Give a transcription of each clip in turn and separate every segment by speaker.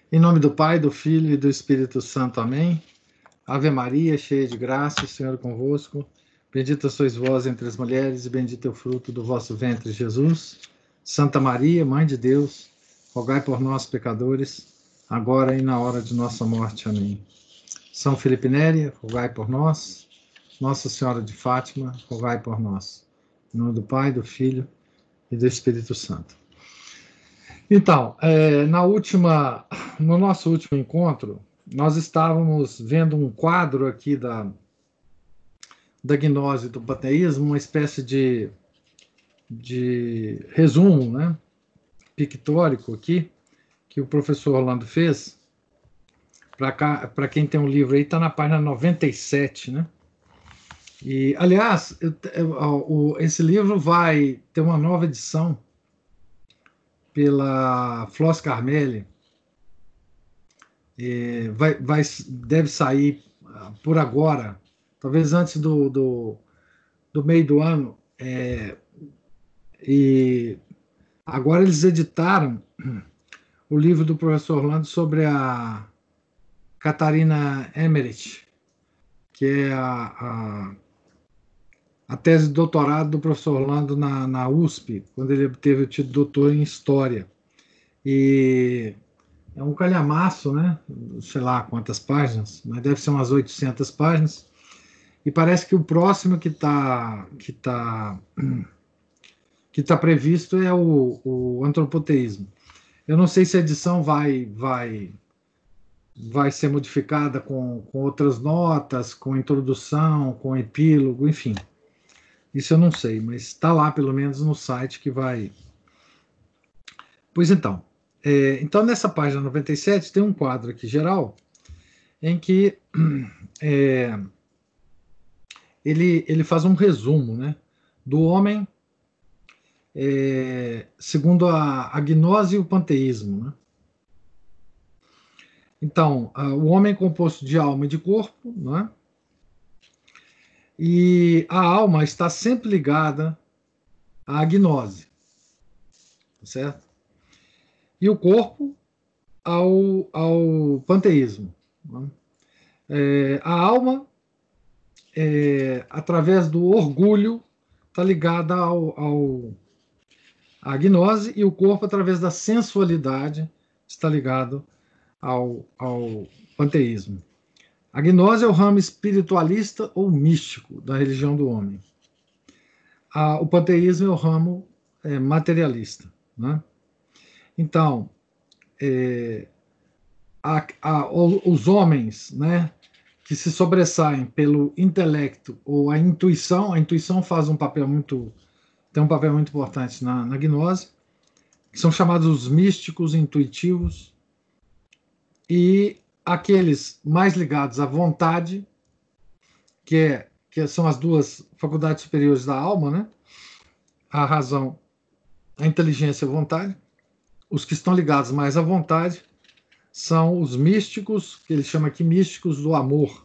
Speaker 1: Em nome do Pai, do Filho e do Espírito Santo. Amém. Ave Maria, cheia de graça, o Senhor é convosco. Bendita sois vós entre as mulheres e bendito é o fruto do vosso ventre, Jesus. Santa Maria, Mãe de Deus, rogai por nós, pecadores, agora e na hora de nossa morte. Amém. São Felipe Neri, rogai por nós. Nossa Senhora de Fátima, rogai por nós. Em nome do Pai, do Filho e do Espírito Santo. Então, no nosso último encontro, nós estávamos vendo um quadro aqui da gnose do panteísmo, uma espécie de resumo, né, pictórico aqui, que o professor Orlando fez. Para quem tem um livro aí, está na página 97, né? E, aliás, esse livro vai ter uma nova edição pela Flos Carmelli. Deve sair por agora, talvez antes do meio do ano. E agora eles editaram o livro do professor Orlando sobre a Catarina Emmerich, que é a tese de doutorado do professor Orlando na USP, quando ele obteve o título de doutor em História. E é um calhamaço, né? Sei lá quantas páginas, mas deve ser umas 800 páginas. E parece que o próximo que tá previsto é o antropoteísmo. Eu não sei se a edição vai ser modificada com outras notas, com introdução, com epílogo, enfim. Isso eu não sei, mas está lá pelo menos no site que vai. Pois então. Então, nessa página 97, tem um quadro aqui geral em que ele faz um resumo, né, do homem segundo a gnose e o panteísmo. Né? Então, o homem é composto de alma e de corpo, né? E a alma está sempre ligada à gnose, certo? E o corpo ao panteísmo. Né? A alma, através do orgulho, está ligada à gnose, e o corpo, através da sensualidade, está ligado ao panteísmo. A gnose é o ramo espiritualista ou místico da religião do homem. O panteísmo é o ramo materialista. Né? Então, os homens, né, que se sobressaem pelo intelecto ou a intuição faz tem um papel muito importante na gnose, que são chamados os místicos intuitivos, e aqueles mais ligados à vontade, que são as duas faculdades superiores da alma, né? A razão, a inteligência e a vontade. Os que estão ligados mais à vontade são os místicos, que ele chama aqui místicos do amor.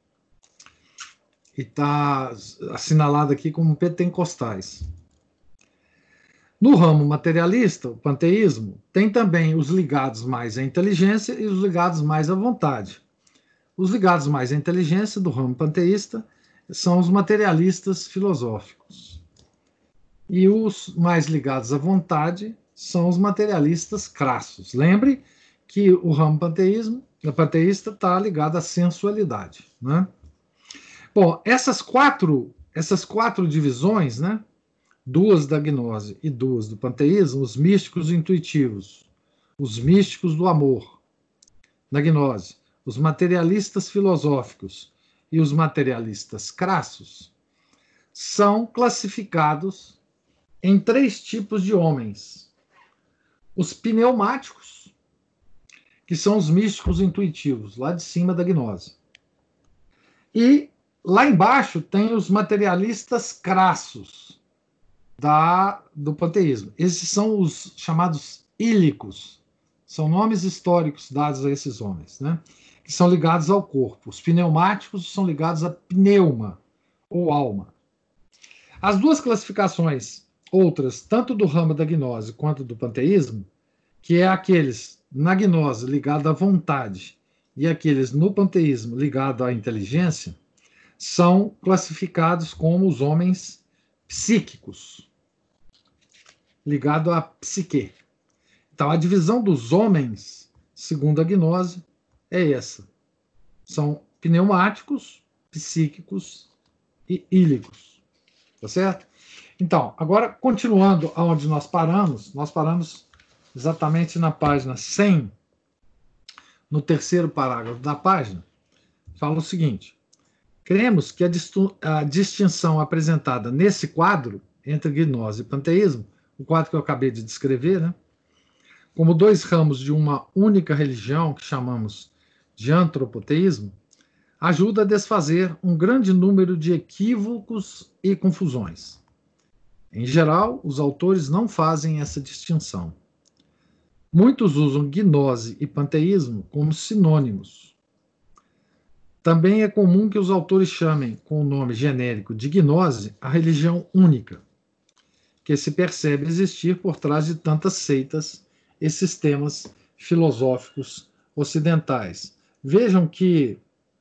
Speaker 1: E está assinalado aqui como pentecostais. No ramo materialista, o panteísmo, tem também os ligados mais à inteligência e os ligados mais à vontade. Os ligados mais à inteligência do ramo panteísta são os materialistas filosóficos. E os mais ligados à vontade são os materialistas crassos. Lembre que o ramo panteísta está ligado à sensualidade. Né? Bom, essas quatro divisões, né? Duas da gnose e duas do panteísmo, os místicos intuitivos, os místicos do amor, na gnose, os materialistas filosóficos e os materialistas crassos, são classificados em 3 tipos de homens. Os pneumáticos, que são os místicos intuitivos, lá de cima da gnose. E lá embaixo tem os materialistas crassos, do panteísmo. Esses são os chamados ílicos, são nomes históricos dados a esses homens, né? Que são ligados ao corpo. Os pneumáticos são ligados a pneuma, ou alma. As duas classificações outras, tanto do ramo da gnose quanto do panteísmo, que é aqueles na gnose ligado à vontade e aqueles no panteísmo ligado à inteligência, são classificados como os homens psíquicos, ligado à psique. Então, a divisão dos homens, segundo a gnose, é essa. São pneumáticos, psíquicos e ílicos. Tá certo? Então, agora, continuando aonde nós paramos exatamente na página 100, no terceiro parágrafo da página, fala o seguinte: cremos que a distinção apresentada nesse quadro entre gnose e panteísmo, o quadro que eu acabei de descrever, né, como dois ramos de uma única religião, que chamamos de antropoteísmo, ajuda a desfazer um grande número de equívocos e confusões. Em geral, os autores não fazem essa distinção. Muitos usam gnose e panteísmo como sinônimos. Também é comum que os autores chamem, com o nome genérico de gnose, a religião única, que se percebe existir por trás de tantas seitas e sistemas filosóficos ocidentais. Vejam que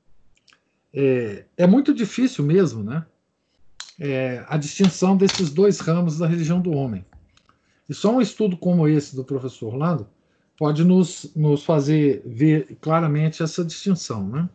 Speaker 1: é muito difícil mesmo, né? A distinção desses dois ramos da religião do homem. E só um estudo como esse do professor Orlando pode nos fazer ver claramente essa distinção, né?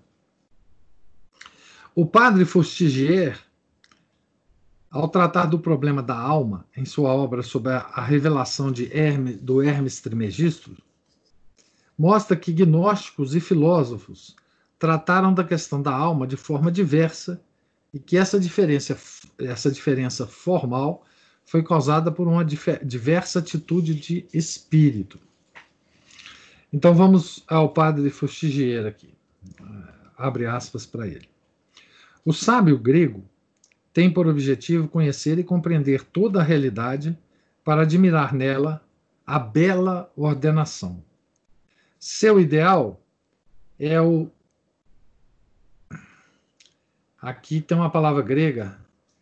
Speaker 1: O padre Fustigier, ao tratar do problema da alma, em sua obra sobre a revelação do Hermes Trismegisto, mostra que gnósticos e filósofos trataram da questão da alma de forma diversa e que essa diferença formal foi causada por uma diversa atitude de espírito. Então vamos ao padre Fustigier aqui. Abre aspas para ele. O sábio grego tem por objetivo conhecer e compreender toda a realidade para admirar nela a bela ordenação. Seu ideal é o... Aqui tem uma palavra grega,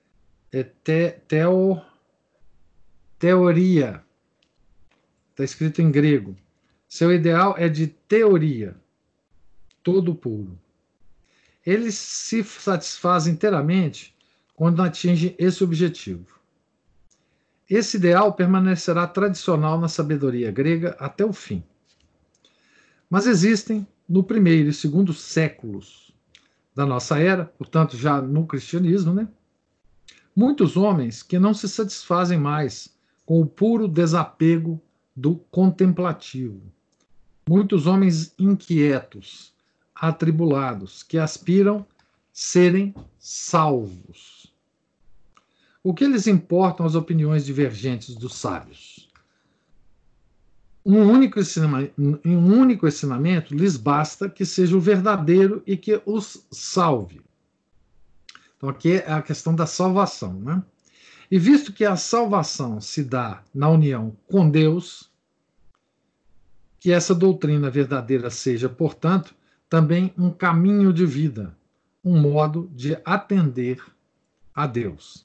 Speaker 1: teoria. Está escrito em grego. Seu ideal é de teoria, todo puro. Eles se satisfazem inteiramente quando atingem esse objetivo. Esse ideal permanecerá tradicional na sabedoria grega até o fim. Mas existem, no primeiro e segundo séculos da nossa era, portanto já no cristianismo, né, muitos homens que não se satisfazem mais com o puro desapego do contemplativo. Muitos homens inquietos, atribulados, que aspiram serem salvos. O que lhes importam as opiniões divergentes dos sábios? Um único ensinamento lhes basta que seja o verdadeiro e que os salve. Então aqui é a questão da salvação, né? E visto que a salvação se dá na união com Deus, que essa doutrina verdadeira seja, portanto, também um caminho de vida, um modo de atender a Deus.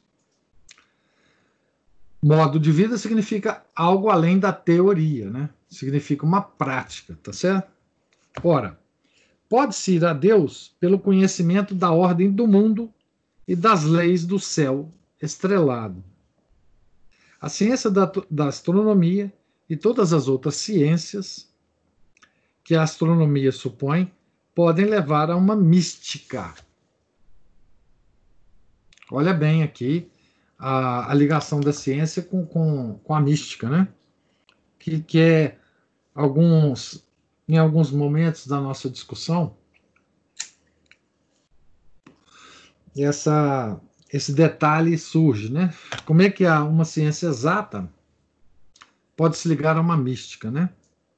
Speaker 1: Modo de vida significa algo além da teoria, né? Significa uma prática, tá certo? Ora, pode-se ir a Deus pelo conhecimento da ordem do mundo e das leis do céu estrelado. A ciência da astronomia e todas as outras ciências que a astronomia supõe podem levar a uma mística. Olha bem aqui a ligação da ciência com a mística, né? Que é em alguns momentos da nossa discussão, esse detalhe surge, né? Como é que uma ciência exata pode se ligar a uma mística, né?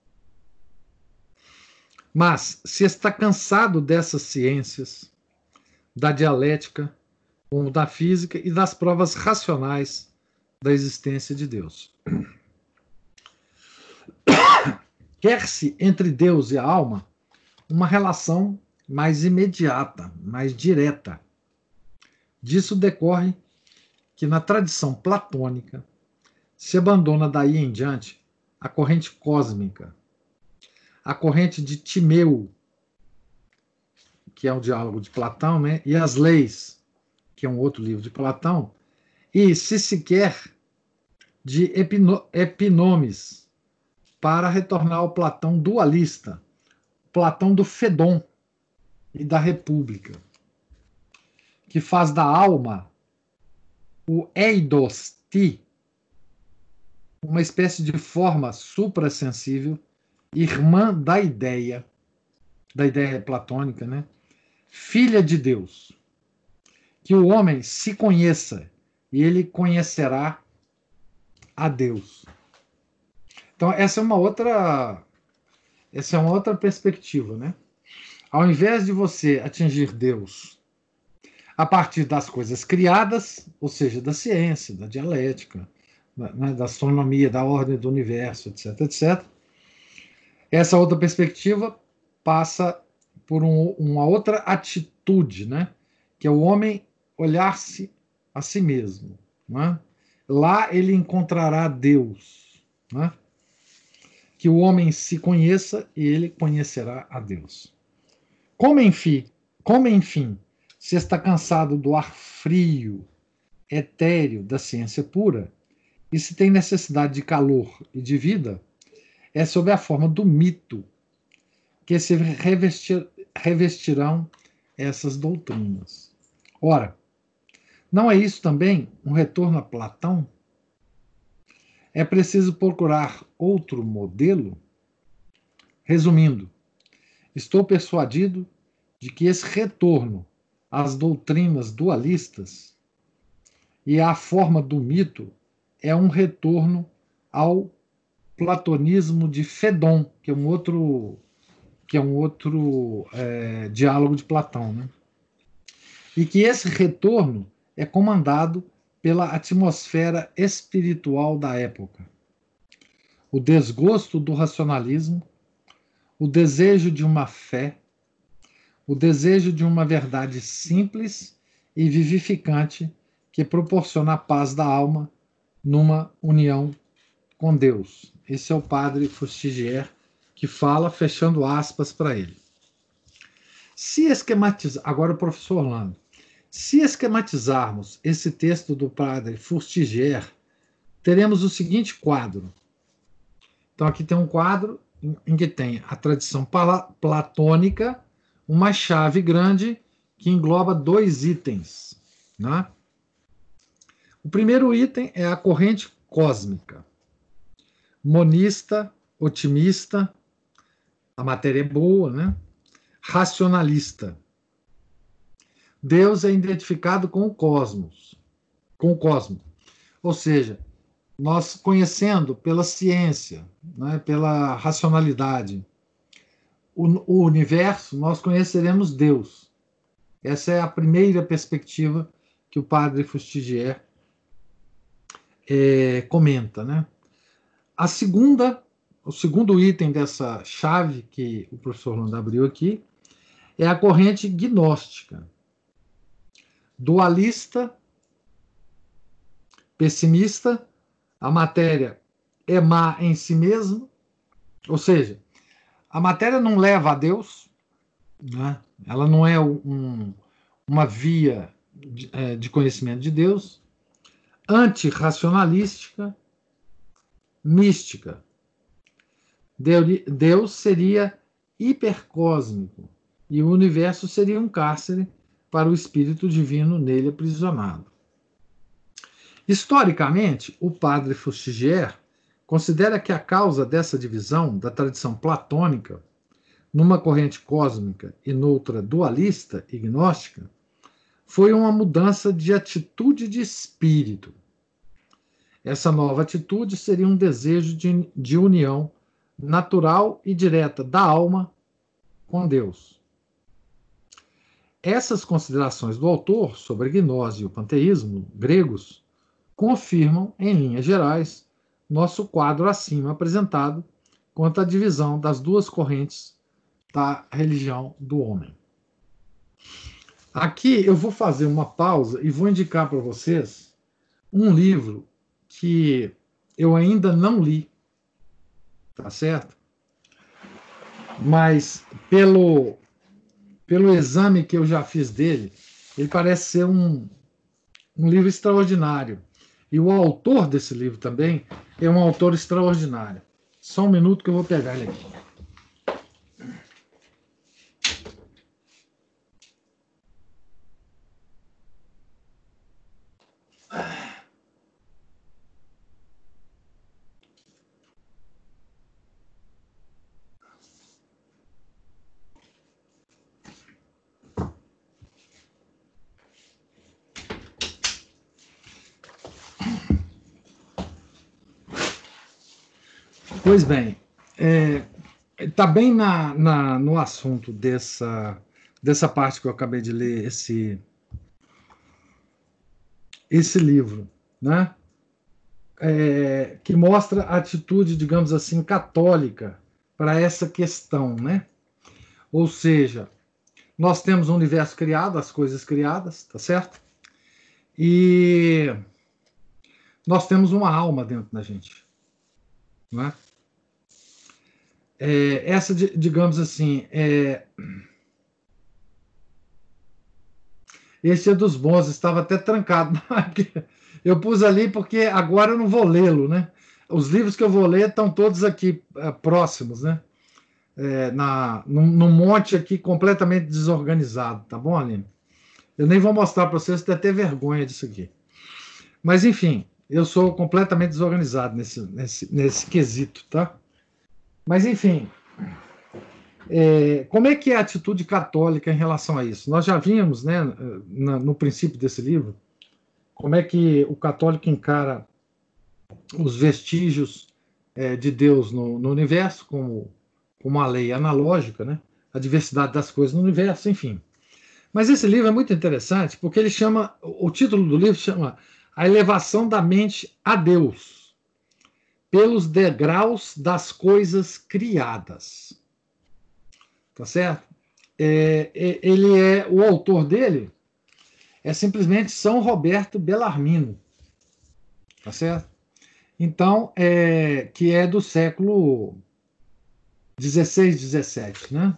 Speaker 1: Mas, se está cansado dessas ciências, da dialética, como da física e das provas racionais da existência de Deus. Quer-se entre Deus e a alma uma relação mais imediata, mais direta. Disso decorre que na tradição platônica se abandona daí em diante a corrente cósmica, a corrente de Timeu, que é um diálogo de Platão, né? E as leis, que é um outro livro de Platão, e, se se quer, de Epinomes, para retornar ao Platão dualista, Platão do Fedon e da República, que faz da alma o eidos ti, uma espécie de forma suprassensível, irmã da ideia platônica, né? Filha de Deus, que o homem se conheça e ele conhecerá a Deus. Então, essa é uma outra perspectiva, né? Ao invés de você atingir Deus a partir das coisas criadas, ou seja, da ciência, da dialética, né, da astronomia, da ordem do universo, etc., etc., essa outra perspectiva passa por uma outra atitude, né? Que é o homem olhar-se a si mesmo. Né? Lá ele encontrará Deus. Né? Que o homem se conheça e ele conhecerá a Deus. Como enfim, se está cansado do ar frio, etéreo da ciência pura, e se tem necessidade de calor e de vida, é sob a forma do mito que se revestirão essas doutrinas. Ora, não é isso também um retorno a Platão? É preciso procurar outro modelo? Resumindo, estou persuadido de que esse retorno às doutrinas dualistas e à forma do mito é um retorno ao platonismo de Fedon, que é um outro diálogo de Platão, né? E que esse retorno é comandado pela atmosfera espiritual da época. O desgosto do racionalismo, o desejo de uma fé, o desejo de uma verdade simples e vivificante que proporciona a paz da alma numa união com Deus. Esse é o padre Fustigier que fala, fechando aspas para ele. Se esquematizar, agora o professor Orlando, se esquematizarmos esse texto do padre Fustigier, teremos o seguinte quadro. Então aqui tem um quadro em que tem a tradição platônica, uma chave grande que engloba 2 itens. Né? O primeiro item é a corrente cósmica, monista, otimista, a matéria é boa, né? Racionalista. Deus é identificado com o cosmos, ou seja, nós conhecendo pela ciência, né, pela racionalidade, o universo, nós conheceremos Deus. Essa é a primeira perspectiva que o padre Fustigier comenta. Né? O segundo item dessa chave que o professor Orlando abriu aqui é a corrente gnóstica, dualista, pessimista, a matéria é má em si mesma, ou seja, a matéria não leva a Deus, né? Ela não é uma via de conhecimento de Deus, antirracionalística, mística. Deus seria hipercósmico e o universo seria um cárcere para o espírito divino nele aprisionado. Historicamente, o padre Fustigier considera que a causa dessa divisão da tradição platônica numa corrente cósmica e noutra dualista e gnóstica foi uma mudança de atitude de espírito. Essa nova atitude seria um desejo de união natural e direta da alma com Deus. Essas considerações do autor sobre a gnose e o panteísmo gregos confirmam, em linhas gerais, nosso quadro acima apresentado quanto à divisão das 2 correntes da religião do homem. Aqui eu vou fazer uma pausa e vou indicar para vocês um livro que eu ainda não li, tá certo? Mas pelo exame que eu já fiz dele, ele parece ser um livro extraordinário. E o autor desse livro também é um autor extraordinário. Só um minuto que eu vou pegar ele aqui. Pois bem, está bem no assunto dessa parte que eu acabei de ler, esse livro, né? Que mostra a atitude, digamos assim, católica para essa questão, né? Ou seja, nós temos um universo criado, as coisas criadas, tá certo? E nós temos uma alma dentro da gente, né? Essa, digamos assim, esse é dos bons, estava até trancado. Eu pus ali porque agora eu não vou lê-lo, né? Os livros que eu vou ler estão todos aqui próximos, né? Num monte aqui completamente desorganizado, tá bom, Aline? Eu nem vou mostrar para vocês, até ter vergonha disso aqui. Mas, enfim, eu sou completamente desorganizado nesse quesito, tá? Mas, enfim, como é que é a atitude católica em relação a isso? Nós já vimos, né, no princípio desse livro, como é que o católico encara os vestígios de Deus no universo, como uma lei analógica, né? A diversidade das coisas no universo, enfim. Mas esse livro é muito interessante porque ele chama, o título do livro chama A Elevação da Mente a Deus, pelos degraus das coisas criadas. Tá certo? O autor dele é simplesmente São Roberto Bellarmino. Tá certo? Então, que é do século XVI, XVII, né?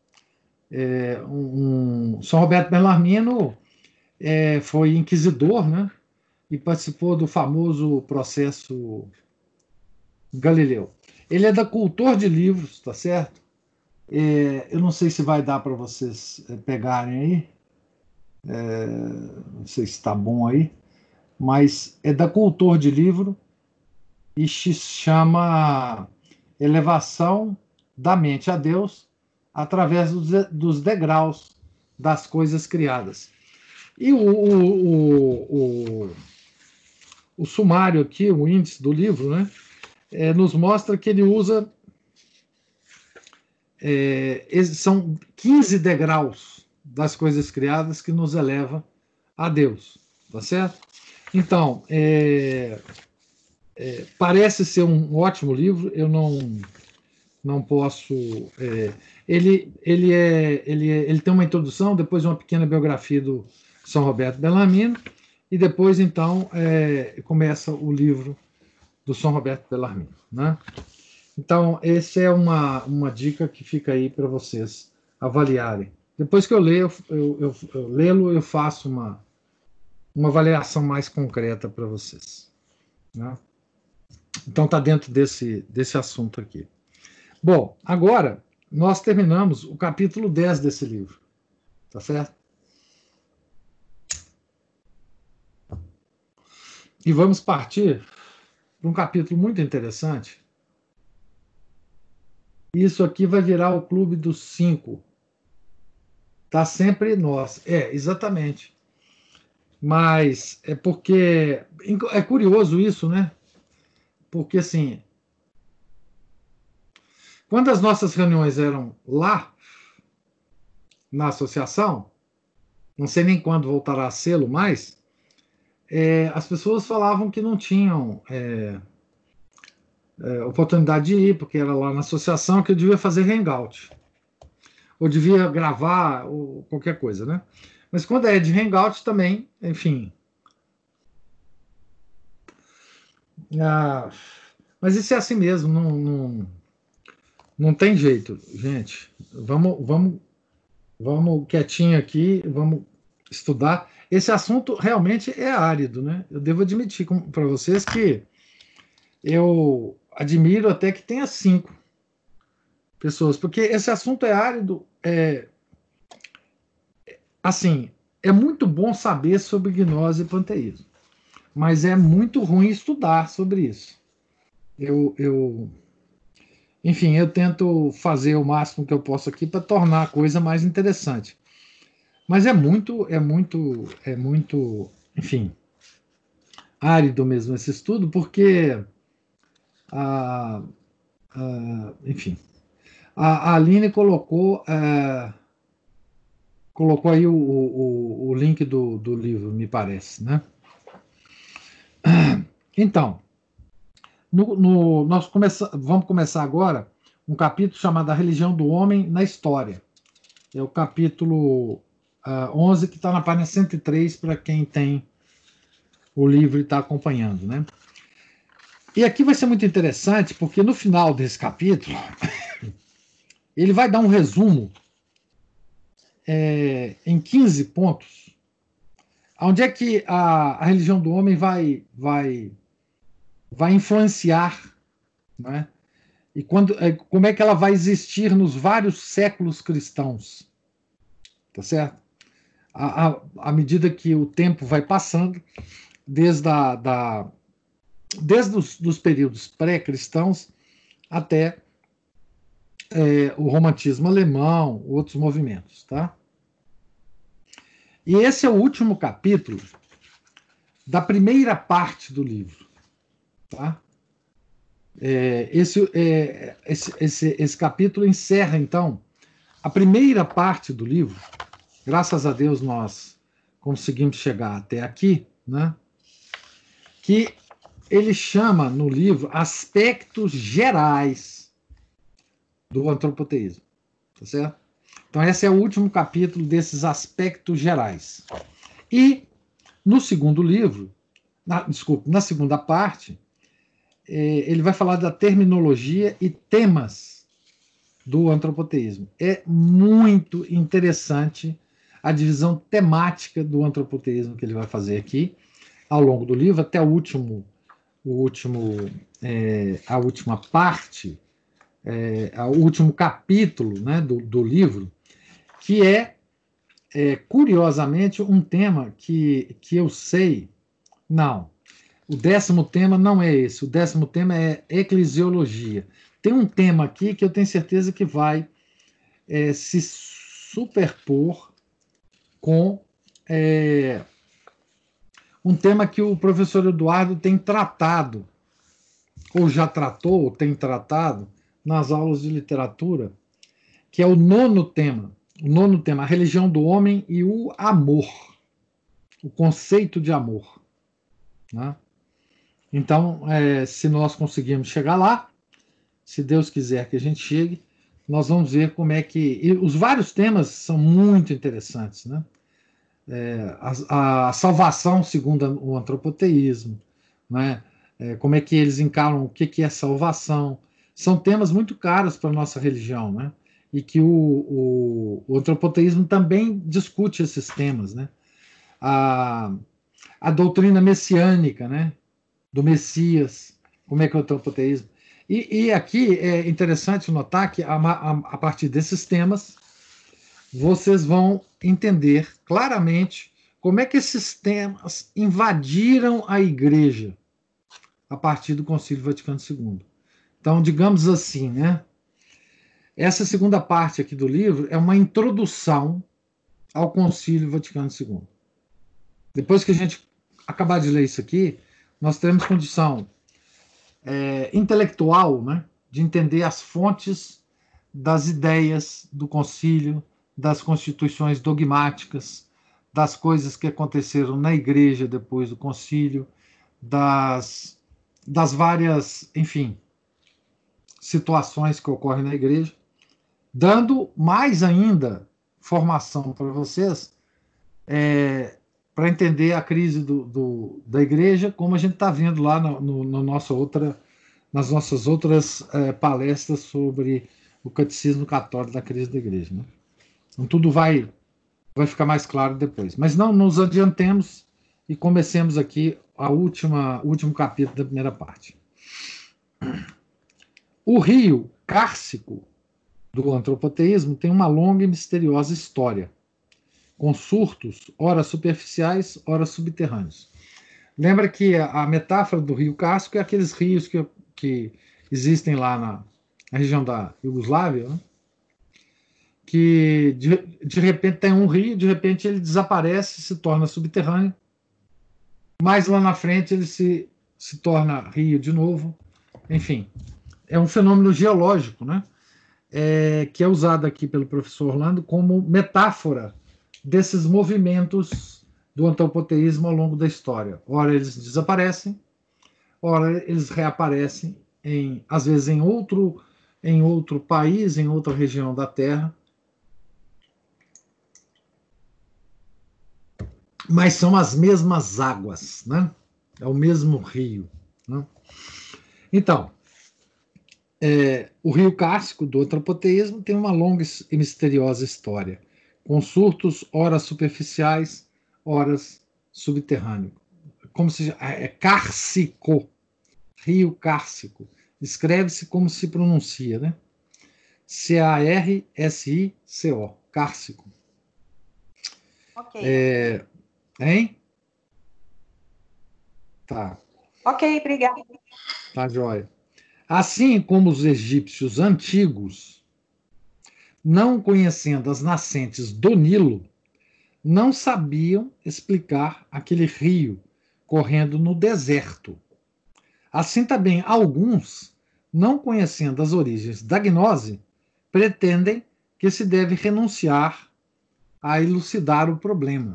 Speaker 1: São Roberto Bellarmino foi inquisidor, né? E participou do famoso processo Galileu. Ele é da Cultor de Livros, tá certo? Eu não sei se vai dar para vocês pegarem aí, não sei se está bom aí, mas é da Cultor de Livro e se chama Elevação da Mente a Deus através dos degraus das coisas criadas. E o sumário aqui, o índice do livro, né, nos mostra que ele usa são 15 degraus das coisas criadas que nos eleva a Deus, tá certo? Então, parece ser um ótimo livro, eu não posso. Ele tem uma introdução, depois uma pequena biografia do São Roberto Bellarmino, e depois, então, começa o livro do São Roberto Bellarmino, né? Então, essa é uma dica que fica aí para vocês avaliarem. Depois que eu ler, eu lê-lo, eu faço uma avaliação mais concreta para vocês, né? Então, está dentro desse assunto aqui. Bom, agora nós terminamos o capítulo 10 desse livro, tá certo? E vamos partir para um capítulo muito interessante. Isso aqui vai virar o Clube dos 5. Tá sempre nós. Exatamente. Mas é porque é curioso isso, né? Porque assim, quando as nossas reuniões eram lá na associação, não sei nem quando voltará a sê-lo mais, as pessoas falavam que não tinham oportunidade de ir, porque era lá na associação que eu devia fazer hangout. Ou devia gravar, ou qualquer coisa, né? Mas quando é de hangout também, enfim. Mas isso é assim mesmo, não Não tem jeito, gente. Vamos quietinho aqui, vamos estudar. Esse assunto realmente é árido, né? Eu devo admitir para vocês que eu admiro até que tenha 5 pessoas, porque esse assunto é árido. Assim, é muito bom saber sobre gnose e panteísmo, mas é muito ruim estudar sobre isso. Enfim, eu tento fazer o máximo que eu posso aqui para tornar a coisa mais interessante. Mas enfim, árido mesmo esse estudo, porque, enfim, a Aline colocou aí o link do livro, me parece, né? Então, nós vamos começar agora um capítulo chamado A Religião do Homem na História. É o capítulo 11, que está na página 103, para quem tem o livro e está acompanhando, né? E aqui vai ser muito interessante, porque no final desse capítulo, ele vai dar um resumo em 15 pontos, onde é que a religião do homem vai influenciar, né? E como é que ela vai existir nos vários séculos cristãos, tá certo? À medida que o tempo vai passando, desde os períodos pré-cristãos até o romantismo alemão, outros movimentos, tá? E esse é o último capítulo da primeira parte do livro, tá? Esse capítulo encerra, então, a primeira parte do livro. Graças a Deus nós conseguimos chegar até aqui, né? Que ele chama no livro aspectos gerais do antropoteísmo, tá certo? Então esse é o último capítulo desses aspectos gerais. E no segundo livro, na segunda parte, ele vai falar da terminologia e temas do antropoteísmo. É muito interessante a divisão temática do antropoteísmo que ele vai fazer aqui ao longo do livro, até a última parte, o último capítulo, né, do livro, que curiosamente, um tema que eu sei. Não, o 10º tema não é esse. O 10º tema é eclesiologia. Tem um tema aqui que eu tenho certeza que vai se superpor com um tema que o professor Eduardo tem tratado, ou já tratou, ou tem tratado, nas aulas de literatura, que é o 9º tema. O 9º tema, a religião do homem e o amor. O conceito de amor. Né? Então, se nós conseguirmos chegar lá, se Deus quiser que a gente chegue, nós vamos ver como é que... E os vários temas são muito interessantes, né? A salvação segundo o antropoteísmo, né? Como é que eles encaram o que é salvação. São temas muito caros para a nossa religião, né? E que o antropoteísmo também discute esses temas, né? A doutrina messiânica, né? Do Messias, como é que é o antropoteísmo. E aqui é interessante notar que a partir desses temas vocês vão entender claramente como é que esses temas invadiram a igreja a partir do Concílio Vaticano II. Então, digamos assim, né? Essa segunda parte aqui do livro é uma introdução ao Concílio Vaticano II. Depois que a gente acabar de ler isso aqui, nós teremos condição intelectual, né, de entender as fontes das ideias do concílio, das constituições dogmáticas, das coisas que aconteceram na igreja depois do concílio, das várias, enfim, situações que ocorrem na igreja, dando mais ainda formação para vocês para entender a crise da igreja, como a gente está vendo lá nas nossas outras palestras sobre o Catecismo Católico da Crise da Igreja. Né? Então, tudo vai ficar mais claro depois. Mas não nos adiantemos e comecemos aqui o último capítulo da primeira parte. O rio Cárcico do antropoteísmo tem uma longa e misteriosa história, com surtos, ora superficiais, ora subterrâneos. Lembra que a metáfora do rio Cárcico é aqueles rios que existem lá na região da Iugoslávia, né? Que de repente tem um rio, de repente ele desaparece, se torna subterrâneo, mais lá na frente ele se torna rio de novo. Enfim, é um fenômeno geológico, né? Que é usado aqui pelo professor Orlando como metáfora desses movimentos do antropoteísmo ao longo da história. Ora eles desaparecem, ora eles reaparecem, às vezes em outro país, em outra região da Terra, mas são as mesmas águas, né? É o mesmo rio. Né? Então, o rio Cárcico do antropoteísmo tem uma longa e misteriosa história, com surtos, ora superficiais, ora subterrâneos. Como se Cárcico, rio Cárcico. Escreve-se como se pronuncia, né? C-A-R-S-I-C-O, Cárcico.
Speaker 2: Ok.
Speaker 1: Hein? Tá.
Speaker 2: Ok, obrigada.
Speaker 1: Tá joia. Assim como os egípcios antigos, não conhecendo as nascentes do Nilo, não sabiam explicar aquele rio correndo no deserto. Assim também alguns, não conhecendo as origens da gnose, pretendem que se deve renunciar a elucidar o problema.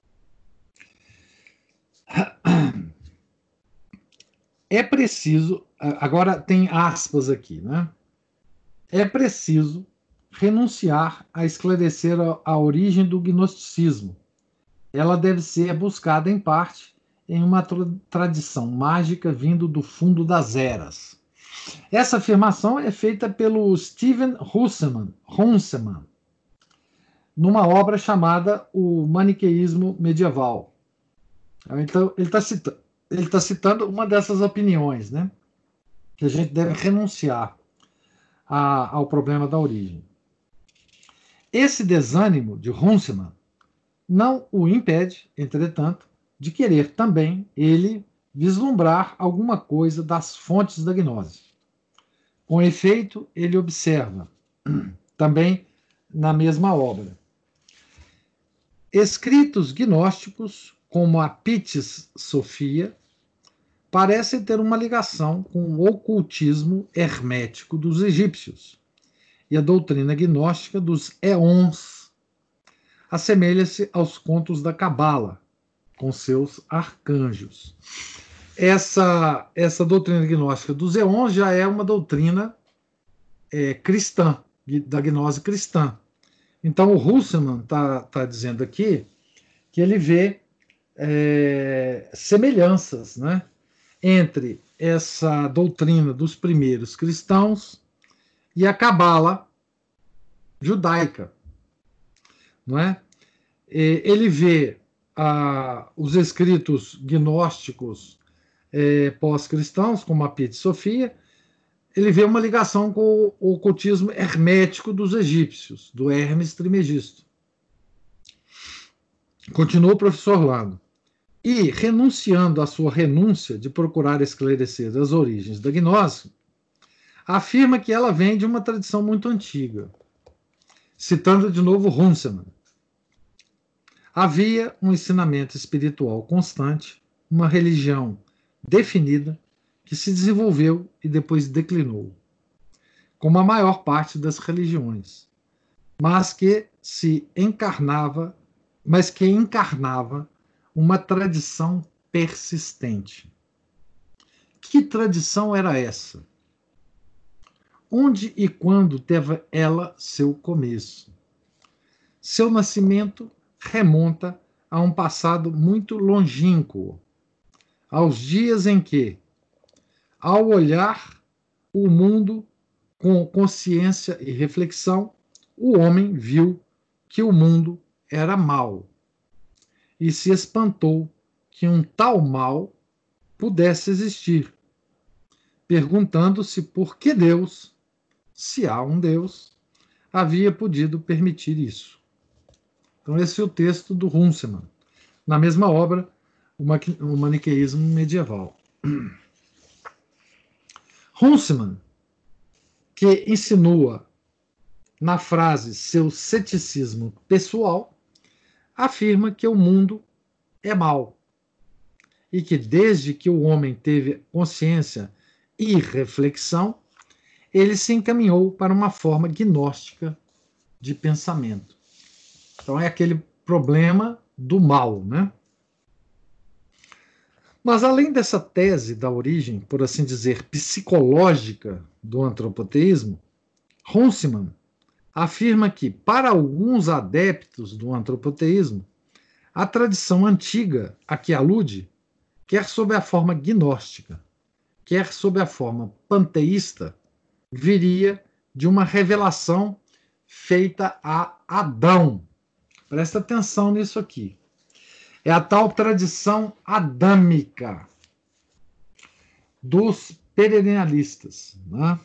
Speaker 1: É preciso, agora tem aspas aqui, né? É preciso renunciar a esclarecer a origem do gnosticismo. Ela deve ser buscada, em parte, em uma tradição mágica vindo do fundo das eras. Essa afirmação é feita pelo Steven Runciman, numa obra chamada O Maniqueísmo Medieval. Então, ele está citando uma dessas opiniões, né? Que a gente deve renunciar ao problema da origem. Esse desânimo de Runciman não o impede, entretanto, de querer também ele vislumbrar alguma coisa das fontes da gnose. Com efeito, ele observa, também na mesma obra, escritos gnósticos, como a Pistis Sophia, parecem ter uma ligação com o ocultismo hermético dos egípcios e a doutrina gnóstica dos éons assemelha-se aos contos da Cabala, com seus arcanjos. Essa doutrina gnóstica dos éons já é uma doutrina cristã, da gnose cristã. Então, o Runciman está dizendo aqui que ele vê semelhanças, né, entre essa doutrina dos primeiros cristãos e a Cabala judaica. Não é? Ele vê os escritos gnósticos pós-cristãos, como a Pistis Sophia, ele vê uma ligação com o ocultismo hermético dos egípcios, do Hermes Trismegisto. Continua o professor Orlando. E, renunciando à sua renúncia de procurar esclarecer as origens da gnose, afirma que ela vem de uma tradição muito antiga. Citando de novo Runciman. Havia um ensinamento espiritual constante, uma religião definida, que se desenvolveu e depois declinou, como a maior parte das religiões, mas que encarnava uma tradição persistente. Que tradição era essa? Onde e quando teve ela seu começo? Seu nascimento remonta a um passado muito longínquo, aos dias em que, ao olhar o mundo com consciência e reflexão, o homem viu que o mundo era mau e se espantou que um tal mal pudesse existir, perguntando-se por que Deus, se há um Deus, havia podido permitir isso. Então, esse é o texto do Runciman, na mesma obra, o Maniqueísmo Medieval. Runciman, que insinua na frase seu ceticismo pessoal, afirma que o mundo é mau e que desde que o homem teve consciência e reflexão, ele se encaminhou para uma forma gnóstica de pensamento. Então é aquele problema do mal, né? Mas além dessa tese da origem, por assim dizer, psicológica do antropoteísmo, Runciman afirma que, para alguns adeptos do antropoteísmo, a tradição antiga a que alude, quer sob a forma gnóstica, quer sob a forma panteísta, viria de uma revelação feita a Adão. Presta atenção nisso aqui. É a tal tradição adâmica dos perennialistas, né?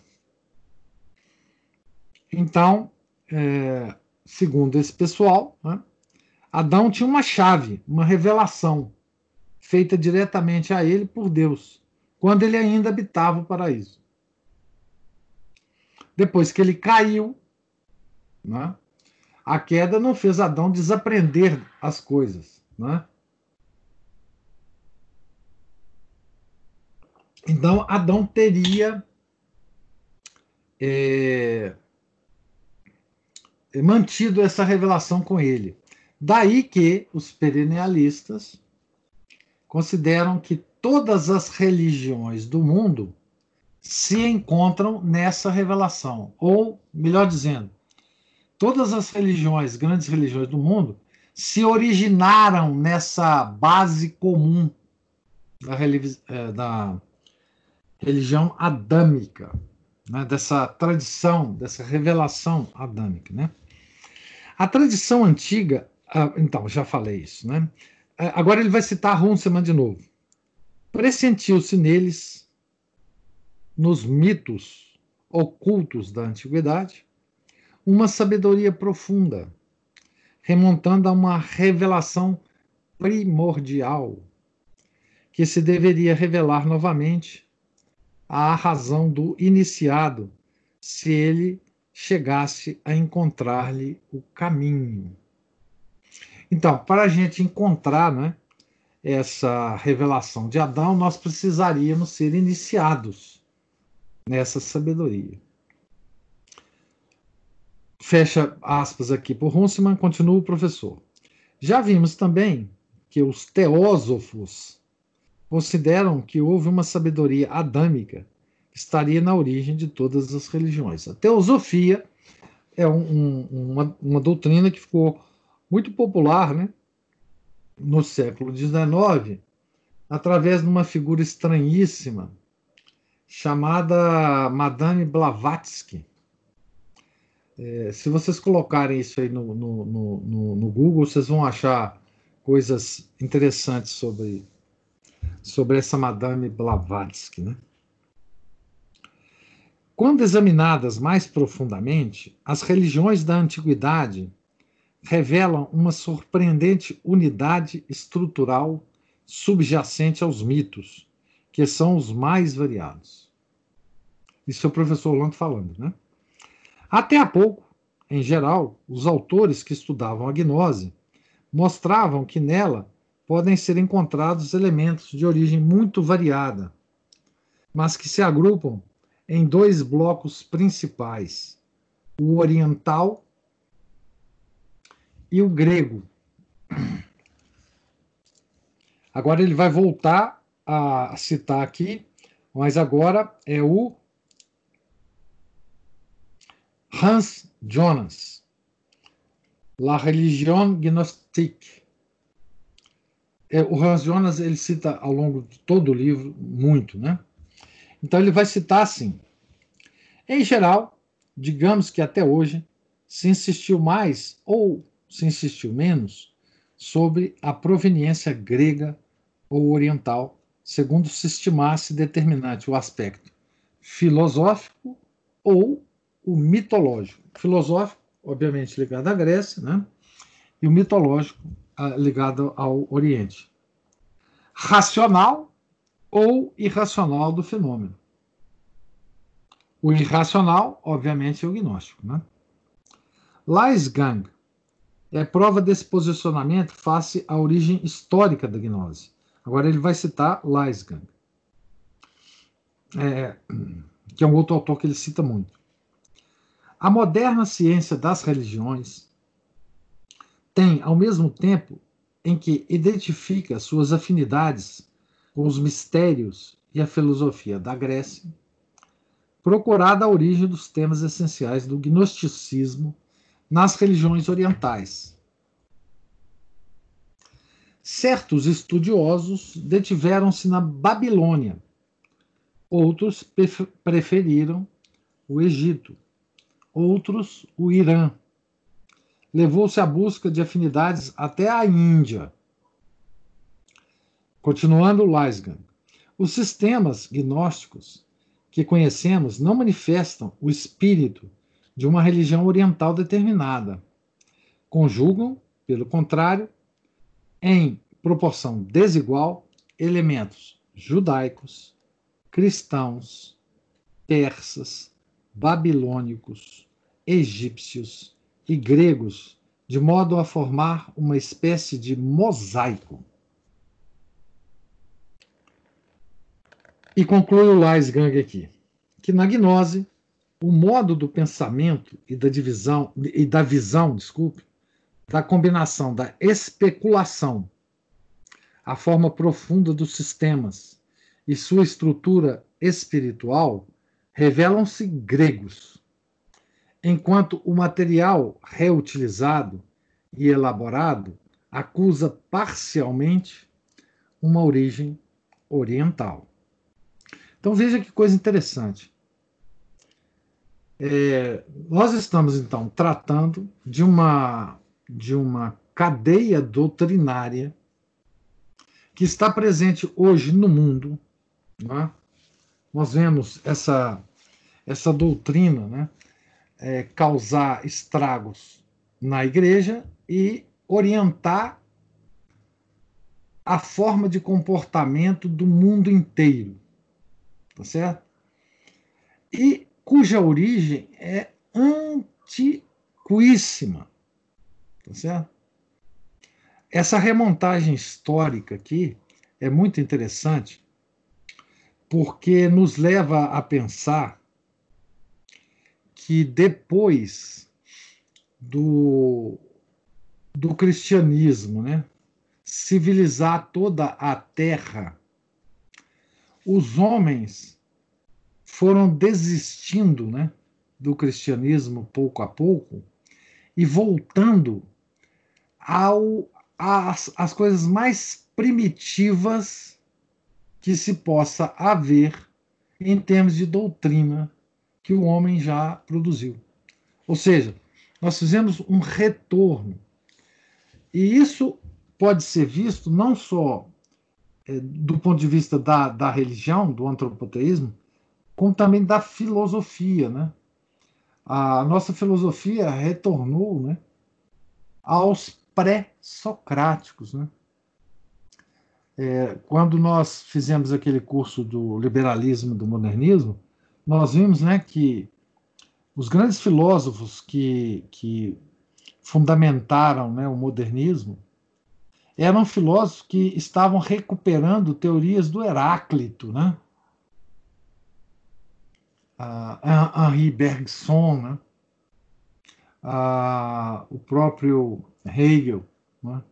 Speaker 1: Então, segundo esse pessoal, né, Adão tinha uma chave, uma revelação feita diretamente a ele por Deus, quando ele ainda habitava o paraíso. Depois que ele caiu, né, a queda não fez Adão desaprender as coisas, né? Então, Adão teria mantido essa revelação com ele. Daí que os perennialistas consideram que todas as religiões do mundo se encontram nessa revelação. Ou, melhor dizendo, todas as religiões, grandes religiões do mundo, se originaram nessa base comum da religião adâmica, né? Dessa tradição, dessa revelação adâmica, né? A tradição antiga, então, já falei isso, né? Agora ele vai citar Runciman de novo. Pressentiu-se neles, nos mitos ocultos da antiguidade, uma sabedoria profunda, remontando a uma revelação primordial, que se deveria revelar novamente à razão do iniciado, se ele chegasse a encontrar-lhe o caminho. Então, para a gente encontrar, né, essa revelação de Adão, nós precisaríamos ser iniciados nessa sabedoria. Fecha aspas aqui por Runciman, continua o professor. Já vimos também que os teósofos consideram que houve uma sabedoria adâmica que estaria na origem de todas as religiões. A teosofia é uma doutrina que ficou muito popular, né, no século XIX, através de uma figura estranhíssima chamada Madame Blavatsky. Se vocês colocarem isso aí no Google, vocês vão achar coisas interessantes sobre essa Madame Blavatsky, né? Quando examinadas mais profundamente, as religiões da antiguidade revelam uma surpreendente unidade estrutural subjacente aos mitos, que são os mais variados. Isso é o professor Orlando falando, né? Até há pouco, em geral, os autores que estudavam a gnose mostravam que nela podem ser encontrados elementos de origem muito variada, mas que se agrupam em dois blocos principais, o oriental e o grego. Agora ele vai voltar a citar aqui, mas agora é o Hans Jonas, La Religion Gnostique. O Hans Jonas ele cita ao longo de todo o livro muito, né? Então ele vai citar assim: Em geral, digamos que até hoje se insistiu mais ou se insistiu menos sobre a proveniência grega ou oriental, segundo se estimasse determinante o aspecto filosófico ou o mitológico. Filosófico, obviamente, ligado à Grécia, né? E o mitológico, ligado ao Oriente. Racional ou irracional do fenômeno. O irracional, obviamente, é o gnóstico, né? Leisgang é prova desse posicionamento face à origem histórica da gnose. Agora ele vai citar Leisgang, que é um outro autor que ele cita muito. A moderna ciência das religiões tem, ao mesmo tempo em que identifica suas afinidades com os mistérios e a filosofia da Grécia, procurado a origem dos temas essenciais do gnosticismo nas religiões orientais. Certos estudiosos detiveram-se na Babilônia, outros preferiram o Egito, outros o Irã. Levou-se à busca de afinidades até a Índia. Continuando Leisgang, os sistemas gnósticos que conhecemos não manifestam o espírito de uma religião oriental determinada. Conjugam, pelo contrário, em proporção desigual, elementos judaicos, cristãos, persas, babilônicos, egípcios e gregos, de modo a formar uma espécie de mosaico. E conclui o Leisgang aqui, que na gnose, o modo do pensamento e da visão, da combinação da especulação, a forma profunda dos sistemas e sua estrutura espiritual revelam-se gregos, enquanto o material reutilizado e elaborado acusa parcialmente uma origem oriental. Então veja que coisa interessante. Nós estamos, então, tratando de uma cadeia doutrinária que está presente hoje no mundo. Né? Nós vemos essa doutrina, né, causar estragos na igreja e orientar a forma de comportamento do mundo inteiro. Tá certo? E cuja origem é antiquíssima. Tá certo? Essa remontagem histórica aqui é muito interessante porque nos leva a pensar que depois do cristianismo, né, civilizar toda a Terra, os homens foram desistindo, né, do cristianismo pouco a pouco e voltando às coisas mais primitivas que se possa haver em termos de doutrina que o homem já produziu. Ou seja, nós fizemos um retorno. E isso pode ser visto não só do ponto de vista da religião, do antropoteísmo, como também da filosofia, né? A nossa filosofia retornou, né, aos pré-socráticos, né? Quando nós fizemos aquele curso do liberalismo e do modernismo, nós vimos, né, que os grandes filósofos que fundamentaram, né, o modernismo eram filósofos que estavam recuperando teorias do Heráclito, né? Henri Bergson, né? O próprio Hegel, né?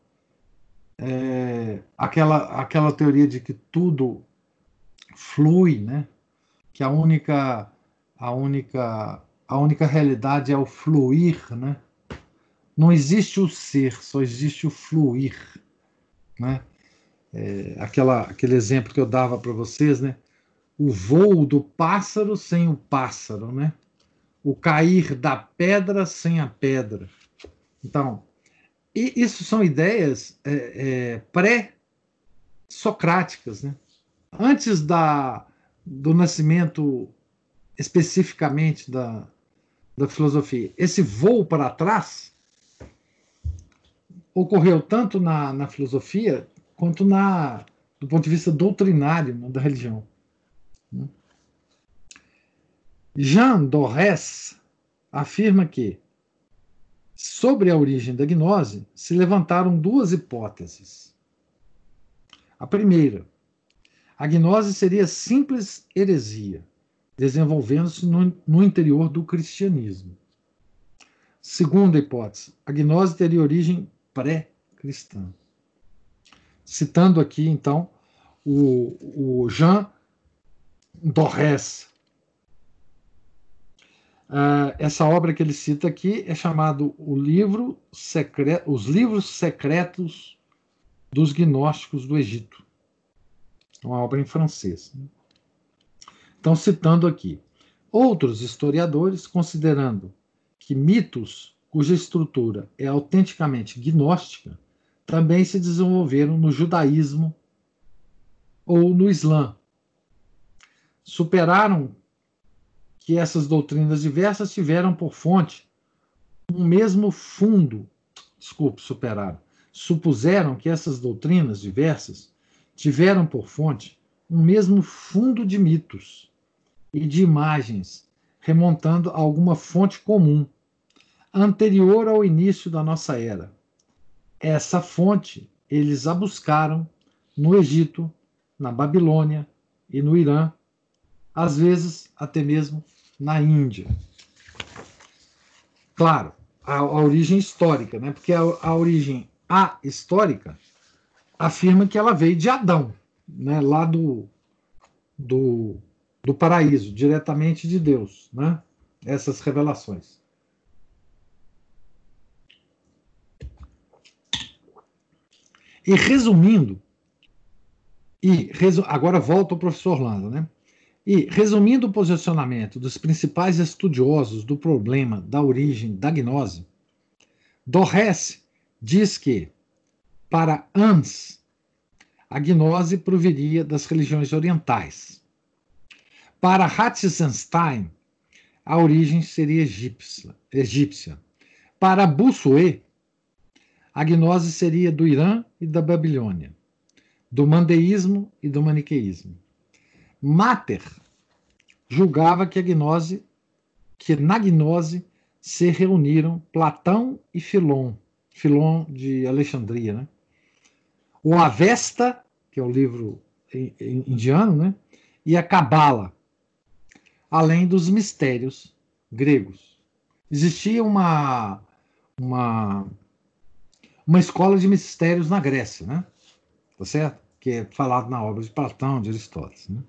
Speaker 1: Aquela teoria de que tudo flui, né? Que a única realidade é o fluir, né? Não existe o ser, só existe o fluir, né? Aquele exemplo que eu dava para vocês, né? o voo do pássaro sem o pássaro, né? O cair da pedra sem a pedra. Então, isso são ideias pré-socráticas, né? Antes do nascimento especificamente da filosofia. Esse voo para trás ocorreu tanto na filosofia quanto do ponto de vista doutrinário, né, da religião. Jean Dorès afirma que, sobre a origem da gnose, se levantaram duas hipóteses. A primeira, a gnose seria simples heresia, desenvolvendo-se no interior do cristianismo. Segunda hipótese, a gnose teria origem pré-cristã. Citando aqui, então, o Jean Dorès. Essa obra que ele cita aqui é chamado Os Livros Secretos dos Gnósticos do Egito. É uma obra em francês. Então, citando aqui, outros historiadores, considerando que mitos cuja estrutura é autenticamente gnóstica, também se desenvolveram no judaísmo ou no Islã. Superaram que essas doutrinas diversas tiveram por fonte um mesmo fundo. Supuseram que essas doutrinas diversas tiveram por fonte um mesmo fundo de mitos e de imagens, remontando a alguma fonte comum, anterior ao início da nossa era. Essa fonte eles a buscaram no Egito, na Babilônia e no Irã, às vezes até mesmo na Índia. Claro, a origem histórica, né? Porque a origem histórica afirma que ela veio de Adão, né? Lá do paraíso, diretamente de Deus, né? Essas revelações. E resumindo, agora volta o professor Orlando, né? E, resumindo o posicionamento dos principais estudiosos do problema da origem da gnose, Dorès diz que, para Hans, a gnose proviria das religiões orientais. Para Ratzenstein, a origem seria egípcia. Para Bossuet, a gnose seria do Irã e da Babilônia, do mandeísmo e do maniqueísmo. Mater julgava que na gnose se reuniram Platão e Filon de Alexandria, né? O Avesta, que é o livro indiano, né? E a Cabala, além dos mistérios gregos. Existia uma escola de mistérios na Grécia, né? Tá certo? Que é falado na obra de Platão, de Aristóteles, né?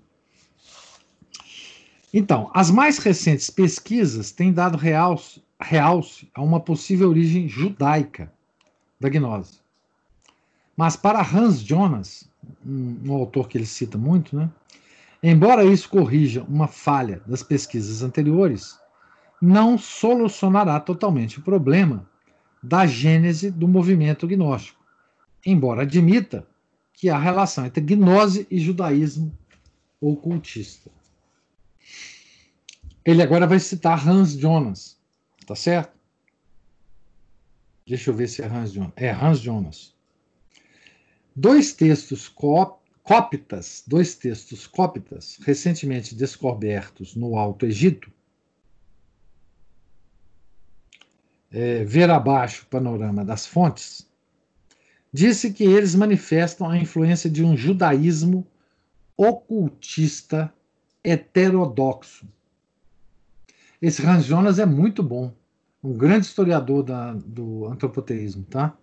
Speaker 1: Então, as mais recentes pesquisas têm dado realce a uma possível origem judaica da gnose. Mas para Hans Jonas, um autor que ele cita muito, né, embora isso corrija uma falha das pesquisas anteriores, não solucionará totalmente o problema da gênese do movimento gnóstico, embora admita que há relação entre gnose e judaísmo ocultista. Ele agora vai citar Hans Jonas, tá certo? Deixa eu ver se é Hans Jonas. É Hans Jonas. Dois textos cóptas recentemente descobertos no Alto Egito, ver abaixo o panorama das fontes, disse que eles manifestam a influência de um judaísmo ocultista heterodoxo. Esse Hans Jonas é muito bom, um grande historiador do antropoteísmo, tá?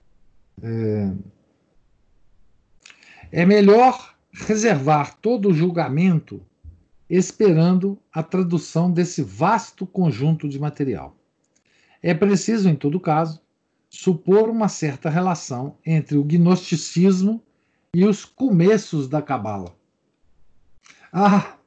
Speaker 1: É melhor reservar todo o julgamento esperando a tradução desse vasto conjunto de material. É preciso, em todo caso, supor uma certa relação entre o gnosticismo e os começos da Cabala.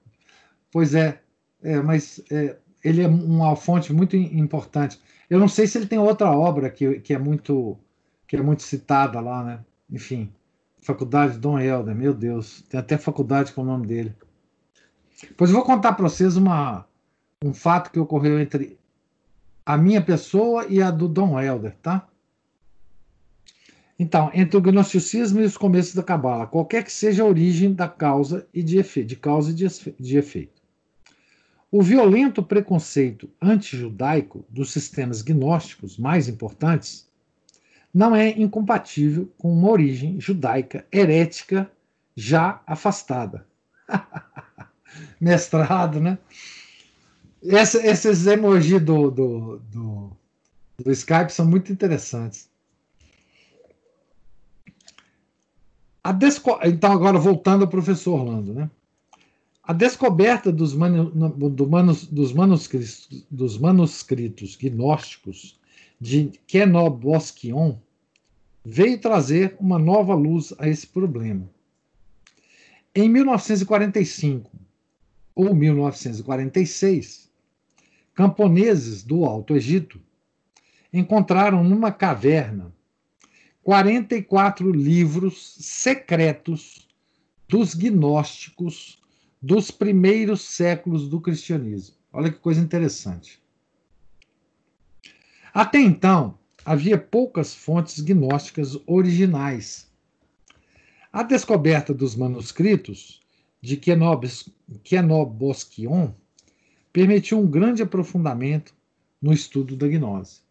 Speaker 1: Pois é, mas ele é uma fonte muito importante. Eu não sei se ele tem outra obra que é muito citada lá, né? Enfim, Faculdade Dom Helder, meu Deus, tem até faculdade com o nome dele. Pois eu vou contar para vocês um fato que ocorreu entre a minha pessoa e a do Dom Helder, tá? Então, entre o gnosticismo e os começos da Cabala, qualquer que seja a origem da causa e de efeito, de efeito. O violento preconceito antijudaico dos sistemas gnósticos mais importantes não é incompatível com uma origem judaica herética já afastada. Mestrado, né? Esses emojis do Skype são muito interessantes. Então, agora voltando ao professor Orlando, né? A descoberta dos manuscritos gnósticos de Kenoboskion veio trazer uma nova luz a esse problema. Em 1945 ou 1946, camponeses do Alto Egito encontraram numa caverna 44 livros secretos dos gnósticos dos primeiros séculos do cristianismo. Olha que coisa interessante. Até então, havia poucas fontes gnósticas originais. A descoberta dos manuscritos de Kenoboskion permitiu um grande aprofundamento no estudo da gnose.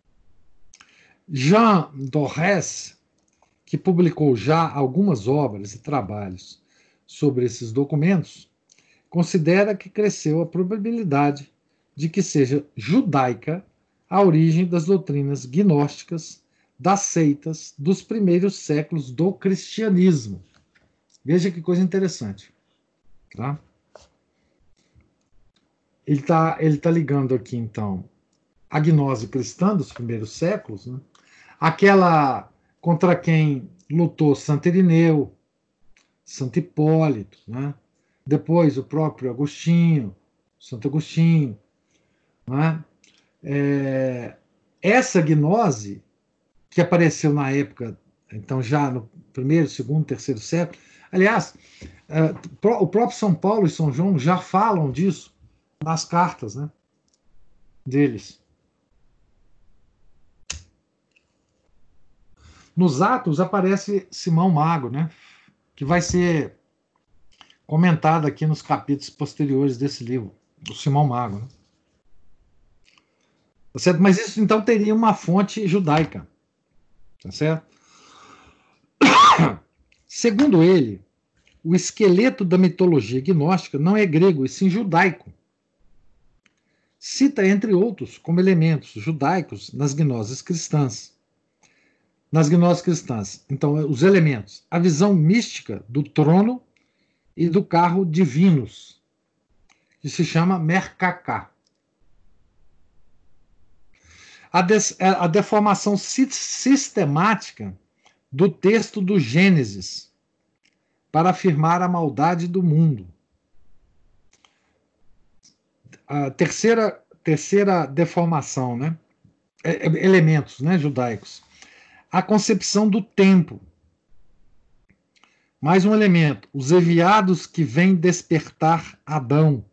Speaker 1: Jean Dorès, que publicou já algumas obras e trabalhos sobre esses documentos, considera que cresceu a probabilidade de que seja judaica a origem das doutrinas gnósticas das seitas dos primeiros séculos do cristianismo. Veja que coisa interessante. Tá? Ele tá ligando aqui, então, a gnose cristã dos primeiros séculos, né? Aquela contra quem lutou Santo Irineu, Santo Hipólito, né? Depois o próprio Agostinho, Santo Agostinho. Né? Essa gnose, que apareceu na época, então já no primeiro, segundo, terceiro século, aliás, o próprio São Paulo e São João já falam disso nas cartas, né, deles. Nos Atos aparece Simão Mago, né, que vai ser comentado aqui nos capítulos posteriores desse livro, do Simão Mago. Né? Tá certo? Mas isso então teria uma fonte judaica. Tá certo? Segundo ele, o esqueleto da mitologia gnóstica não é grego, e sim judaico. Cita, entre outros, como elementos judaicos nas gnoses cristãs. Então, os elementos: a visão mística do trono e do carro divinos, que se chama Merkakah. A deformação sistemática do texto do Gênesis para afirmar a maldade do mundo. A terceira deformação, né? Elementos, né, judaicos. A concepção do tempo. Mais um elemento: os enviados que vêm despertar Adão.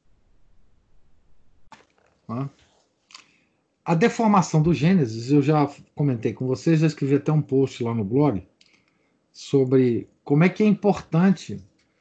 Speaker 1: A deformação do Gênesis, eu já comentei com vocês, já escrevi até um post lá no blog sobre como é que é importante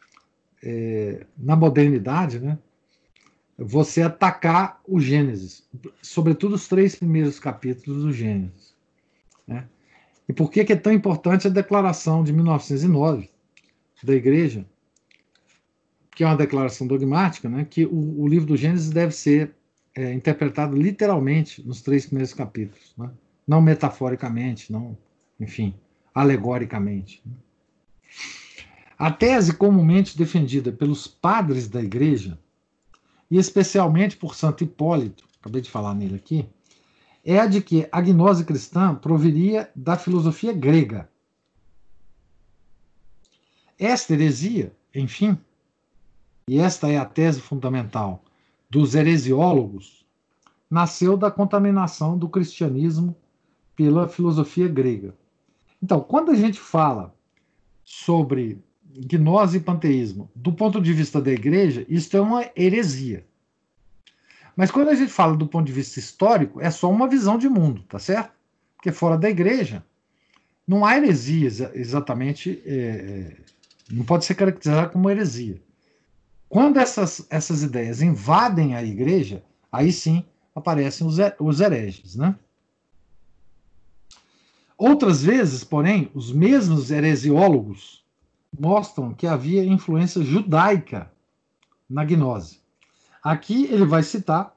Speaker 1: na modernidade, né, você atacar o Gênesis, sobretudo os 3 primeiros capítulos do Gênesis. Né? E por que é tão importante a declaração de 1909 da Igreja, que é uma declaração dogmática, né, que o livro do Gênesis deve ser interpretado literalmente nos 3 primeiros capítulos, né? Não metaforicamente, não, enfim, alegoricamente. Né? A tese comumente defendida pelos padres da Igreja, e especialmente por Santo Hipólito, acabei de falar nele aqui, é a de que a gnose cristã proviria da filosofia grega. Esta heresia, enfim, e esta é a tese fundamental dos heresiólogos, nasceu da contaminação do cristianismo pela filosofia grega. Então, quando a gente fala sobre gnose e panteísmo do ponto de vista da igreja, isso é uma heresia. Mas quando a gente fala do ponto de vista histórico, é só uma visão de mundo, tá certo? Porque fora da igreja, não há heresia exatamente, não pode ser caracterizada como heresia. Quando essas ideias invadem a igreja, aí sim aparecem os hereges, né? Outras vezes, porém, os mesmos heresiólogos mostram que havia influência judaica na gnose. Aqui ele vai citar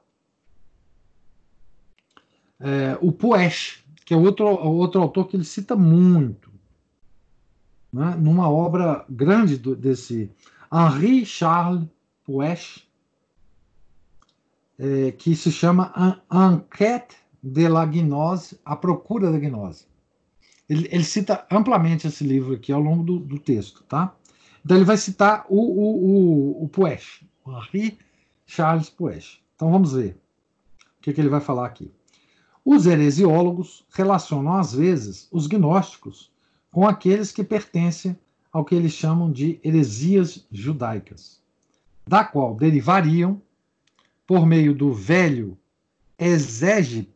Speaker 1: o Puech, que é outro autor que ele cita muito, né, numa obra grande desse Henri Charles Puech, que se chama Enquête de la Gnose, A Procura da Gnose. Ele cita amplamente esse livro aqui ao longo do texto, tá? Então ele vai citar o Puech, o Henri Charles Puech. Então vamos ver o que ele vai falar aqui. Os heresiólogos relacionam às vezes os gnósticos com aqueles que pertencem ao que eles chamam de heresias judaicas, da qual derivariam, por meio do velho exésipe,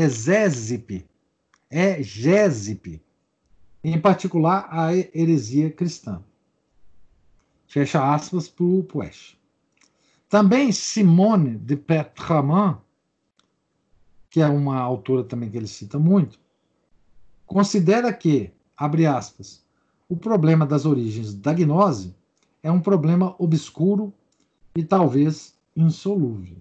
Speaker 1: em particular a heresia cristã. Fecha aspas para o Puech. Também Simone de Pétramant, que é uma autora também que ele cita muito, considera que, abre aspas, o problema das origens da gnose é um problema obscuro e talvez insolúvel.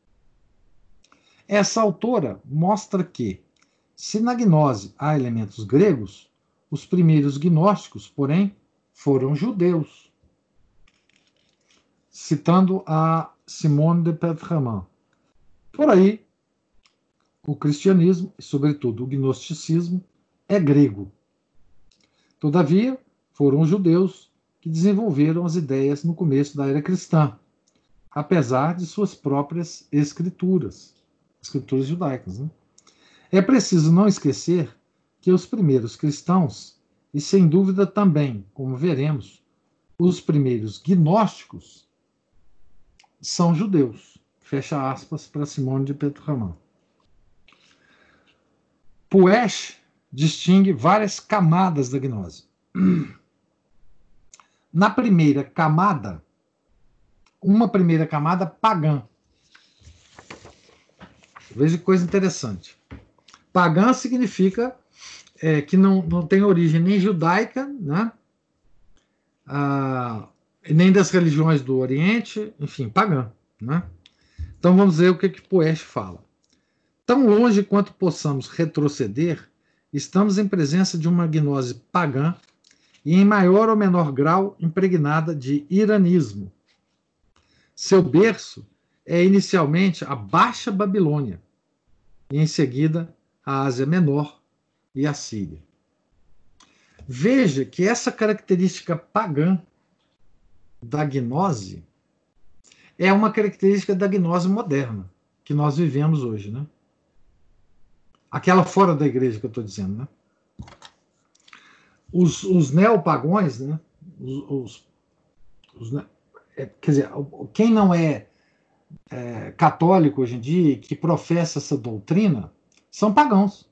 Speaker 1: Essa autora mostra que, se na gnose há elementos gregos, os primeiros gnósticos, porém, foram judeus. Citando a Simone de Pétramant. Por aí, o cristianismo, e sobretudo o gnosticismo, é grego. Todavia, foram os judeus que desenvolveram as ideias no começo da era cristã, apesar de suas próprias escrituras judaicas. Né? É preciso não esquecer que os primeiros cristãos, e sem dúvida também, como veremos, os primeiros gnósticos, são judeus. Fecha aspas para Simone de Pétramant. Puech distingue várias camadas da gnose. Na primeira camada, uma primeira camada pagã. Veja que coisa interessante. Pagã significa que não tem origem nem judaica, né? Nem das religiões do Oriente, enfim, pagã. Né? Então vamos ver o que Puech fala. Tão longe quanto possamos retroceder, estamos em presença de uma gnose pagã e em maior ou menor grau impregnada de iranismo. Seu berço é inicialmente a Baixa Babilônia e em seguida a Ásia Menor e a Síria. Veja que essa característica pagã da gnose é uma característica da gnose moderna que nós vivemos hoje, né? Aquela fora da igreja que eu estou dizendo, né? Os neopagões, né? Quer dizer, quem não é católico hoje em dia e que professa essa doutrina são pagãos,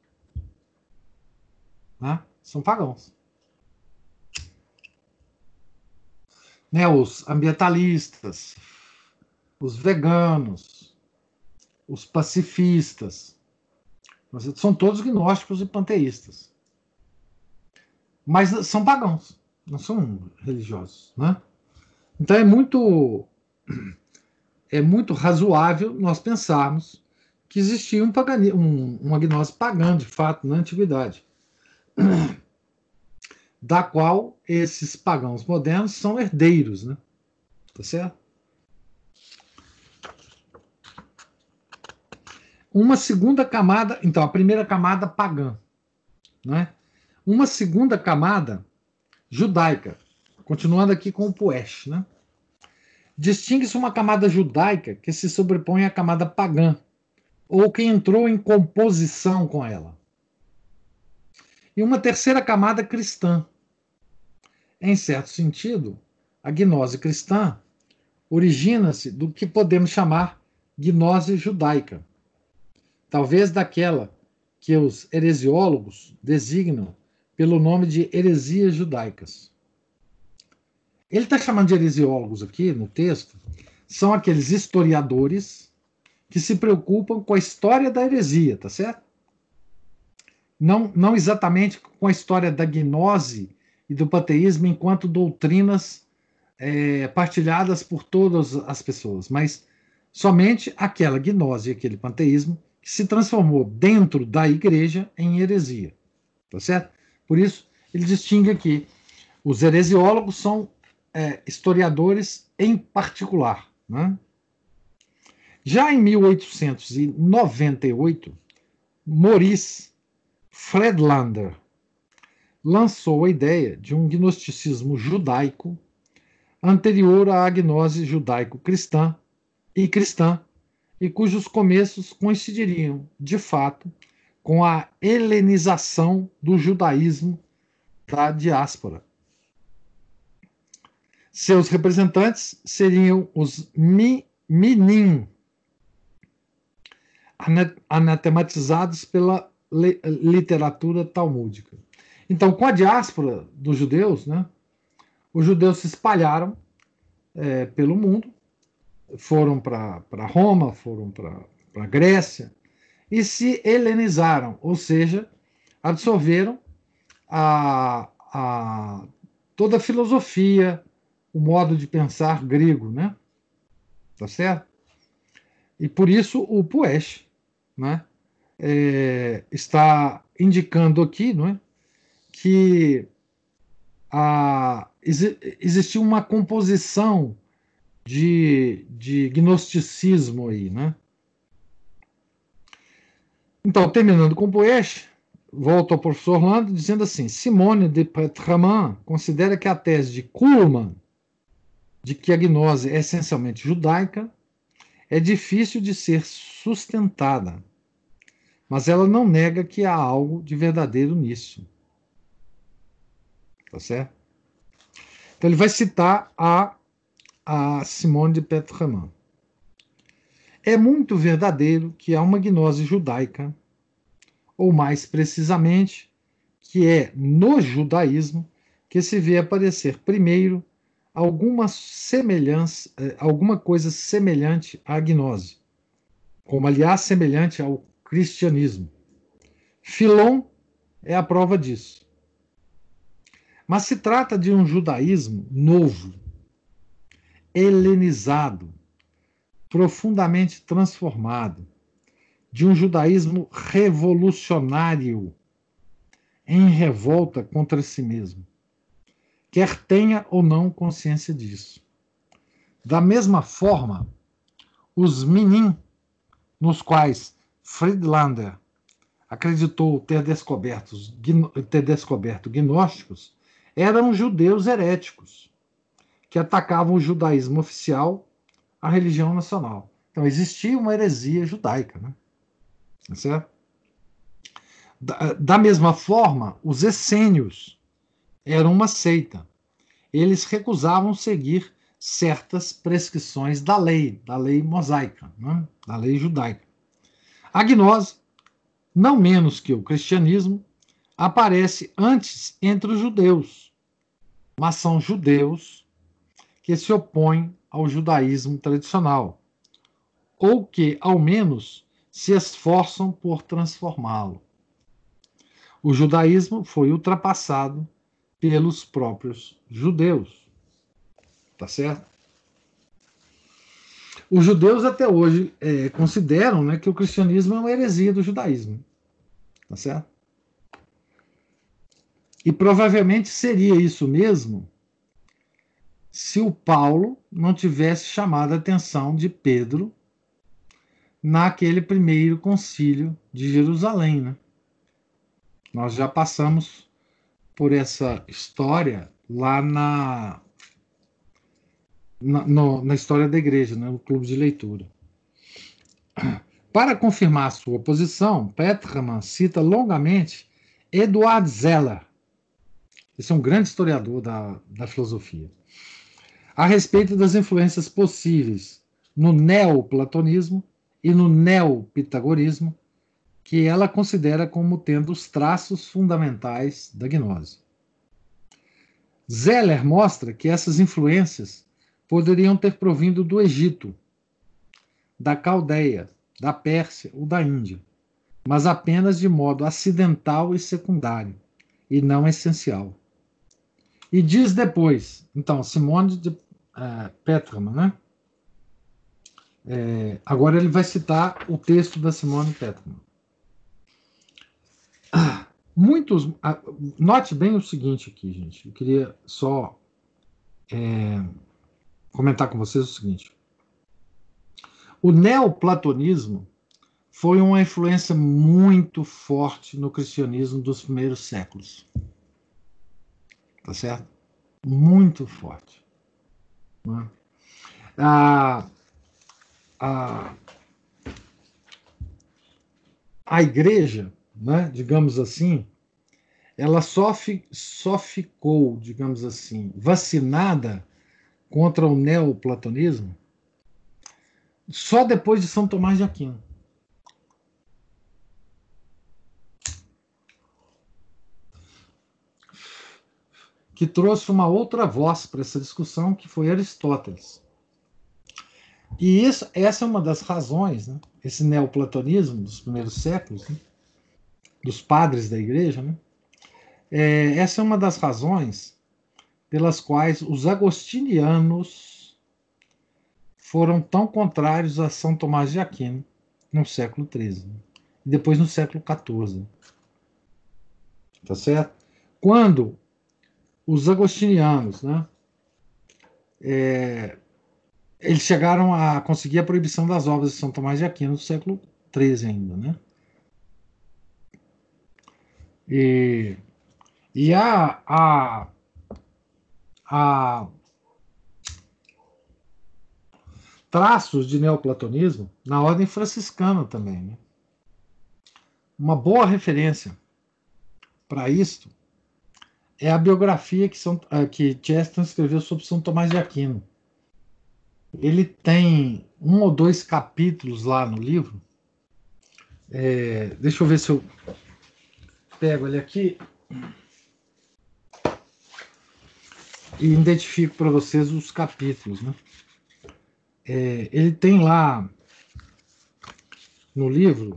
Speaker 1: né? São pagãos. Né? Os ambientalistas, os veganos, os pacifistas, são todos gnósticos e panteístas. Mas são pagãos, não são religiosos, né? Então é muito razoável nós pensarmos que existia uma gnose pagã, de fato, na antiguidade, da qual esses pagãos modernos são herdeiros, né? Tá certo? Uma segunda camada, então, a primeira camada pagã, né? Uma segunda camada judaica, continuando aqui com o Puech, né? Distingue-se uma camada judaica que se sobrepõe à camada pagã, ou que entrou em composição com ela. E uma terceira camada cristã. Em certo sentido, a gnose cristã origina-se do que podemos chamar gnose judaica, talvez daquela que os heresiólogos designam pelo nome de heresias judaicas. Ele está chamando de heresiólogos aqui no texto, são aqueles historiadores que se preocupam com a história da heresia, tá certo? Não exatamente com a história da gnose e do panteísmo enquanto doutrinas partilhadas por todas as pessoas, mas somente aquela gnose e aquele panteísmo que se transformou dentro da igreja em heresia, tá certo? Por isso, ele distingue aqui, os heresiólogos são historiadores em particular, né? Já em 1898, Maurice Friedlander lançou a ideia de um gnosticismo judaico anterior à gnose judaico-cristã e cujos começos coincidiriam, de fato, com a helenização do judaísmo da diáspora. Seus representantes seriam os Minim, anatematizados pela literatura talmúdica. Então, com a diáspora dos judeus, né, os judeus se espalharam pelo mundo, foram para Roma, foram para a Grécia, e se helenizaram, ou seja, absorveram toda a filosofia, o modo de pensar grego, né? Tá certo? E por isso o Puech, né, está indicando aqui, não é, que existiu uma composição de gnosticismo aí, né? Então, terminando com Puech, volto ao professor Orlando dizendo assim: Simone de Petraman considera que a tese de Kuhlmann, de que a gnose é essencialmente judaica, é difícil de ser sustentada, mas ela não nega que há algo de verdadeiro nisso. Tá certo? Então ele vai citar a Simone de Petraman. É muito verdadeiro que há uma gnose judaica, ou mais precisamente, que é no judaísmo que se vê aparecer primeiro alguma semelhança, alguma coisa semelhante à gnose, como aliás semelhante ao cristianismo. Filon é a prova disso. Mas se trata de um judaísmo novo, helenizado, profundamente transformado, de um judaísmo revolucionário, em revolta contra si mesmo, quer tenha ou não consciência disso. Da mesma forma, os Minim, nos quais Friedlander acreditou ter descoberto gnósticos, eram judeus heréticos, que atacavam o judaísmo oficial, a religião nacional. Então, existia uma heresia judaica, né? Certo? Da mesma forma, os essênios eram uma seita. Eles recusavam seguir certas prescrições da lei mosaica, né? Da lei judaica. A gnose, não menos que o cristianismo, aparece antes entre os judeus, mas são judeus que se opõem ao judaísmo tradicional, ou que, ao menos, se esforçam por transformá-lo. O judaísmo foi ultrapassado pelos próprios judeus. Tá certo? Os judeus até hoje consideram, né, que o cristianismo é uma heresia do judaísmo. Tá certo? E provavelmente seria isso mesmo se o Paulo não tivesse chamado a atenção de Pedro naquele primeiro concílio de Jerusalém, né? Nós já passamos por essa história lá na história da igreja, né, no clube de leitura. Para confirmar sua posição, Petermann cita longamente Eduard Zeller. Esse é um grande historiador da filosofia. A respeito das influências possíveis no neoplatonismo e no neopitagorismo, que ela considera como tendo os traços fundamentais da gnose. Zeller mostra que essas influências poderiam ter provindo do Egito, da Caldeia, da Pérsia ou da Índia, mas apenas de modo acidental e secundário, e não essencial. E diz depois, então, Simone de Petermann, né? Agora ele vai citar o texto da Simone Petermann. Note bem o seguinte aqui, gente. Eu queria só comentar com vocês o seguinte. O neoplatonismo foi uma influência muito forte no cristianismo dos primeiros séculos. Tá certo? Muito forte. Né? A igreja, né, digamos assim, ela só ficou, digamos assim, vacinada contra o neoplatonismo só depois de São Tomás de Aquino. Que trouxe uma outra voz para essa discussão, que foi Aristóteles. E essa é uma das razões, né, esse neoplatonismo dos primeiros séculos, né, dos padres da igreja, né, essa é uma das razões pelas quais os agostinianos foram tão contrários a São Tomás de Aquino no século XIII, né, e depois no século XIV. Tá certo? Quando os agostinianos, né, eles chegaram a conseguir a proibição das obras de São Tomás de Aquino no século XIII ainda, né? E há traços de neoplatonismo na ordem franciscana também, né? Uma boa referência para isto é a biografia que Chesterton escreveu sobre São Tomás de Aquino. Ele tem 1 ou 2 capítulos lá no livro. Deixa eu ver se eu pego ele aqui e identifico para vocês os capítulos, né? Ele tem lá no livro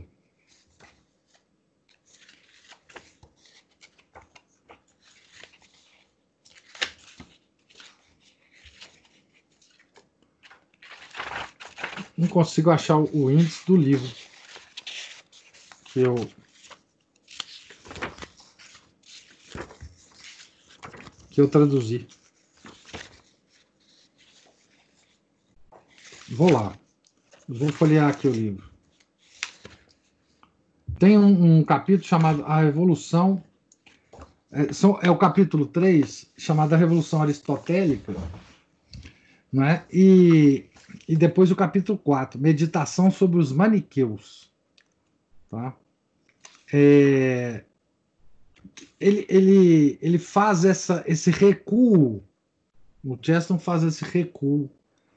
Speaker 1: não consigo achar o índice do livro que eu traduzi. Vou lá. Vou folhear aqui o livro. Tem um capítulo chamado A Revolução. É o capítulo 3, chamado A Revolução Aristotélica. Né? E depois o capítulo 4, Meditação sobre os Maniqueus. Tá? Ele faz esse recuo. O Chesterton faz esse recuo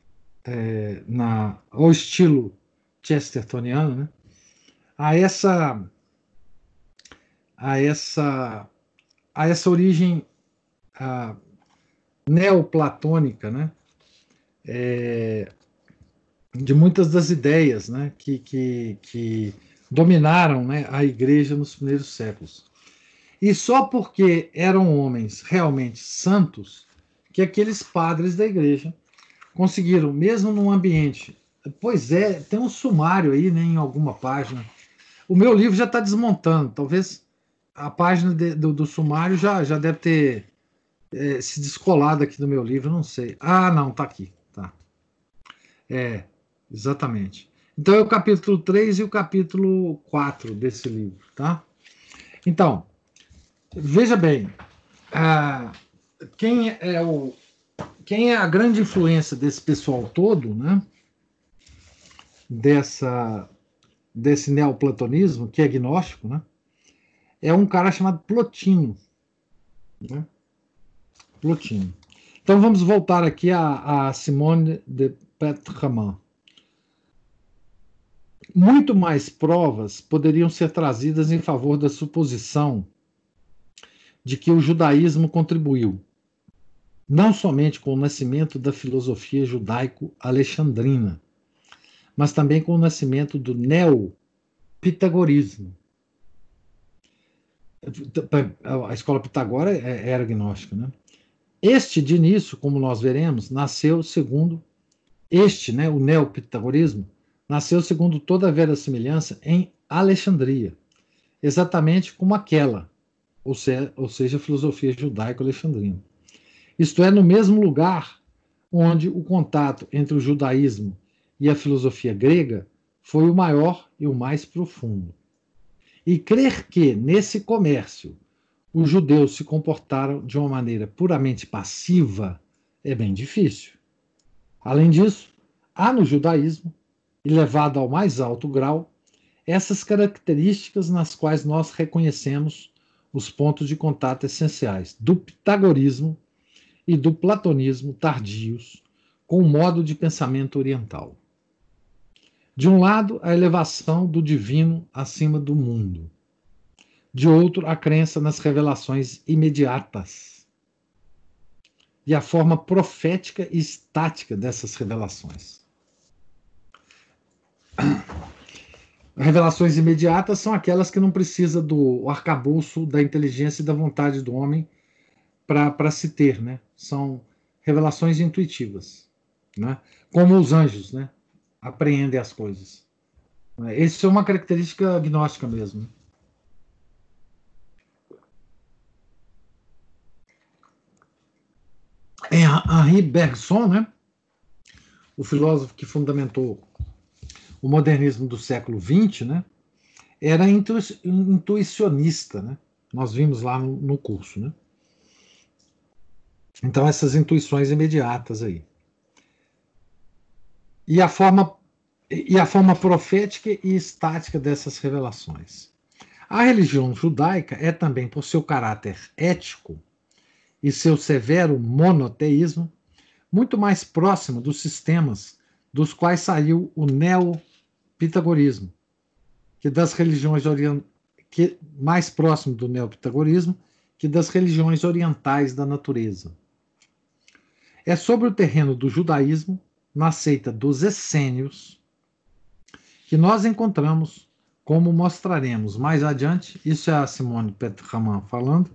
Speaker 1: ao estilo chestertoniano, né? a essa origem neoplatônica, né? De muitas das ideias, né? que dominaram, né, a igreja nos primeiros séculos. E só porque eram homens realmente santos que aqueles padres da igreja conseguiram, mesmo num ambiente... Pois é, tem um sumário aí, né, em alguma página. O meu livro já está desmontando, talvez a página do sumário já deve ter se descolado aqui do meu livro, não sei. Ah, não, está aqui. Tá. Exatamente. Então é o capítulo 3 e o capítulo 4 desse livro, tá? Então, veja bem, quem quem é a grande influência desse pessoal todo, né? Desse neoplatonismo, que é agnóstico, né? É um cara chamado Plotino, né? Plotino. Então vamos voltar aqui a Simone de Petramant. Muito mais provas poderiam ser trazidas em favor da suposição de que o judaísmo contribuiu, não somente com o nascimento da filosofia judaico-alexandrina, mas também com o nascimento do neopitagorismo. A escola Pitagora era agnóstica, né? Este, de início, como nós veremos, nasceu segundo né, o neopitagorismo, nasceu segundo toda a verossimilhança em Alexandria, exatamente como aquela, ou seja, a filosofia judaico-alexandrina. Isto é, no mesmo lugar onde o contato entre o judaísmo e a filosofia grega foi o maior e o mais profundo. E crer que, nesse comércio, os judeus se comportaram de uma maneira puramente passiva é bem difícil. Além disso, há no judaísmo, e levado ao mais alto grau, essas características nas quais nós reconhecemos os pontos de contato essenciais do pitagorismo e do platonismo tardios com o modo de pensamento oriental. De um lado, a elevação do divino acima do mundo. De outro, a crença nas revelações imediatas e a forma profética e estática dessas revelações. Revelações imediatas são aquelas que não precisam do arcabouço da inteligência e da vontade do homem para se ter, né? São revelações intuitivas, né? Como os anjos, né? Apreendem as coisas. Isso é uma característica agnóstica mesmo. Henri Bergson, né? O filósofo que fundamentou o modernismo do século XX, né? Era intuicionista, né? Nós vimos lá no curso, né? Então, essas intuições imediatas aí. E a forma profética e estática dessas revelações. A religião judaica é também, por seu caráter ético e seu severo monoteísmo, muito mais próximo dos sistemas dos quais saiu o neopitagorismo, mais próximo do neopitagorismo que das religiões orientais da natureza. É sobre o terreno do judaísmo, na seita dos essênios, que nós encontramos, como mostraremos mais adiante, isso é a Simone Petramant falando,